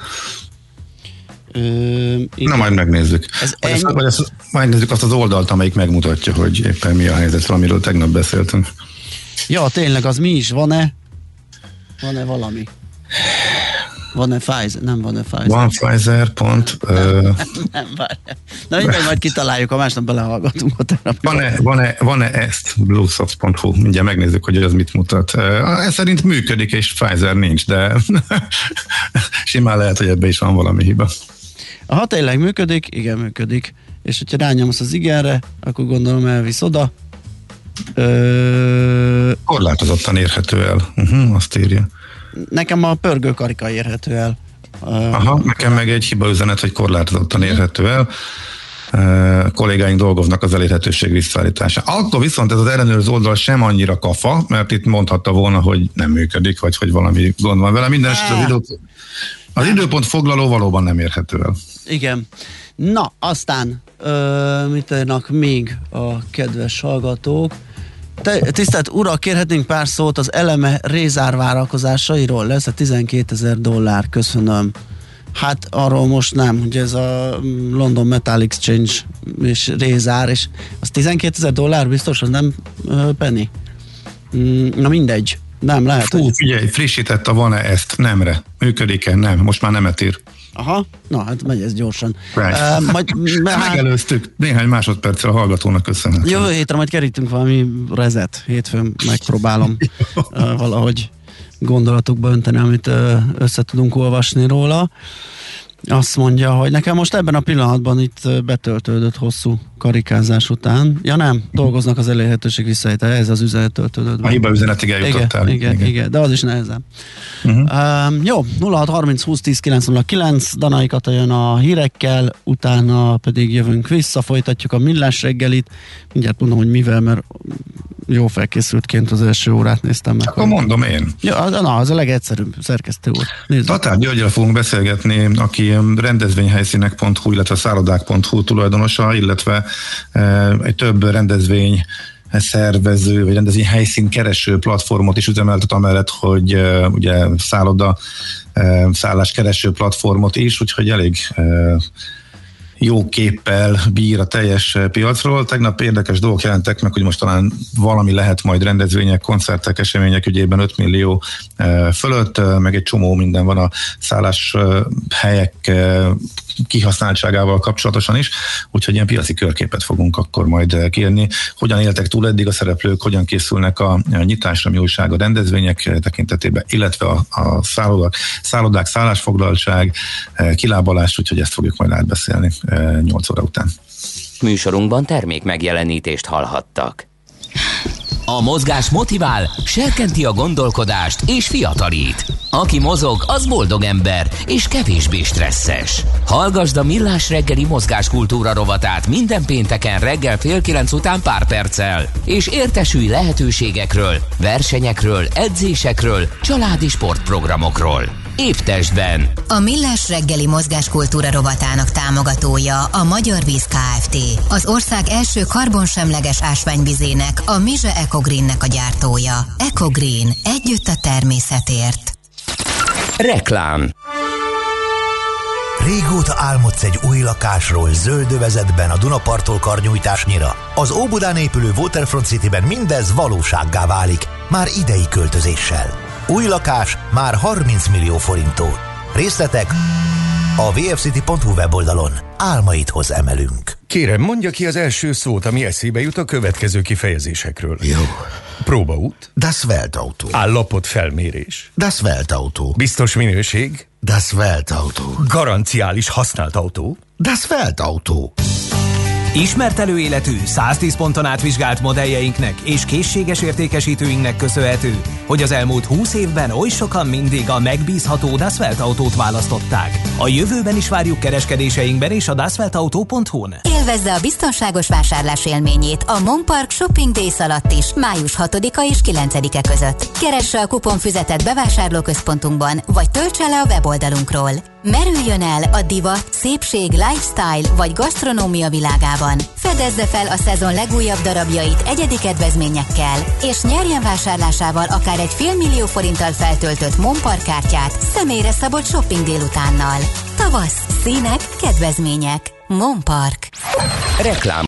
Na, majd megnézzük. Majd nézzük azt az oldalt, amelyik megmutatja, hogy éppen mi a helyzet, amiről tegnap beszéltünk. Ja, tényleg, az mi is? Van-e? Van-e valami? Van-e Pfizer? Nem van-e Pfizer? Van Pfizer, pont. Nem, várjál. Na mindegy, majd kitaláljuk, a másnap belehallgatunk a tegnap. Van-e ezt? Bluesoft.hu. Mindjárt megnézzük, hogy az mit mutat. Ez szerint működik, és Pfizer nincs, de simán lehet, hogy ebbe is van valami hiba. Ha tényleg működik, igen, működik. És hogyha rányomsz az igenre, akkor gondolom elvisz oda. Korlátozottan érhető el. Azt írja. Nekem a pörgő karika érhető el. Nekem meg egy hiba üzenet, hogy korlátozottan érhető el. Kollégáink dolgoznak az elérhetőség visszaállításán. Akkor viszont ez az ellenőrző oldal sem annyira kafa, mert itt mondhatta volna, hogy nem működik, vagy hogy valami gond van vele. Minden az időpont foglaló valóban nem érhető el. Igen. Na, aztán mit írnak még a kedves hallgatók? Tisztelt urak, kérhetnénk pár szót az Eleme Rézár várakozásairól? Lesz $12,000, köszönöm. Hát arról most nem, hogy ez a London Metal Exchange és Rézár, és az $12,000 biztos, az nem penny? Na mindegy, nem lehet. Figyelj, frissített a van-e ezt? Nemre. Működik-e? Nem. Most már nemet ír. Aha, na hát megy ez gyorsan. Megelőztük néhány másodperccel a hallgatónak köszönhetően. Jövő hétre majd kerítünk valami rezet. Hétfőn megpróbálom valahogy gondolatokba önteni, amit össze tudunk olvasni róla. Azt mondja, hogy nekem most ebben a pillanatban itt betöltődött hosszú karikázás után. Ja nem, dolgoznak az elérhetőség visszaállítása, ez az üzenet töltődött. A hiba üzenetig eljutottál. Igen, de az is nehezen. Jó, 0630 20 10 909, Danai Kata jön a hírekkel, utána pedig jövünk vissza, folytatjuk a Millás reggelit. Mindjárt mondom, hogy mivel, mert jó felkészültként az első órát néztem meg. Akkor mondom én. Ja, na, az a legegyszerűbb, szerkesztő úr. Nézzük. Tatár Györgyel fogunk beszélgetni, aki rendezvényhelyszínek.hu, illetve szállodák.hu tulajdonosa, illetve egy több rendezvény szervező, vagy rendezvény helyszín kereső platformot is üzemeltet, amellett, hogy ugye szállás kereső platformot is, úgyhogy elég jó képpel bír a teljes piacról. Tegnap érdekes dolgok jelentek meg, hogy most talán valami lehet majd rendezvények, koncertek, események ügyében 5 millió fölött, meg egy csomó minden van a szállás helyek kihasználtságával kapcsolatosan is, úgyhogy ilyen piaci körképet fogunk akkor majd kérni. Hogyan éltek túl eddig a szereplők, hogyan készülnek a nyitásra, mi újság a rendezvények tekintetében, illetve a szállodák, szállásfoglaltság, kilábalás, úgyhogy ezt fogjuk majd átbeszélni 8 óra után. Műsorunkban termék megjelenítést hallhattak. A mozgás motivál, serkenti a gondolkodást és fiatalít. Aki mozog, az boldog ember és kevésbé stresszes. Hallgasd a Millás reggeli mozgáskultúra rovatát minden pénteken reggel 8:30 után pár perccel, és értesülj lehetőségekről, versenyekről, edzésekről, családi sportprogramokról. Épp testben. A Millás reggeli mozgáskultúra rovatának támogatója a Magyar Víz Kft. Az ország első karbonsemleges ásványvizének, a Mize Ecogreennek a gyártója. Ecogreen. Együtt a természetért. Reklám. Régóta álmodsz egy új lakásról zöld övezetben a Dunaparttól karnyújtásnyira. Az Óbudán épülő Waterfront Cityben mindez valósággá válik, már idei költözéssel. Új lakás már 30 millió forinttól. Részletek a vfcity.hu weboldalon. Álmaidhoz emelünk. Kérem, mondja ki az első szót, ami eszébe jut a következő kifejezésekről. Jó. Próbaút. Das Weltauto. Állapot felmérés. Das Weltauto. Biztos minőség. Das Weltauto. Garanciális használt autó. Das Weltauto. Ismert előéletű, 110 ponton átvizsgált modelljeinknek és készséges értékesítőinknek köszönhető, hogy az elmúlt 20 évben oly sokan mindig a megbízható Das Welt autót választották. A jövőben is várjuk kereskedéseinkben és a dasweltauto.hu-n. Élvezze a biztonságos vásárlás élményét a Monpark Shopping Days alatt is, május 6-a és 9-e között. Keresse a kuponfüzetet bevásárlóközpontunkban, vagy töltse le a weboldalunkról. Merüljön el a divat, szépség, lifestyle vagy gasztronómia világában. Fedezze fel a szezon legújabb darabjait egyedi kedvezményekkel, és nyerjen vásárlásával akár egy $500 000 forinttal feltöltött Monpark kártyát személyre szabott shopping délutánnal. Tavasz, színek, kedvezmények. Monpark. Reklám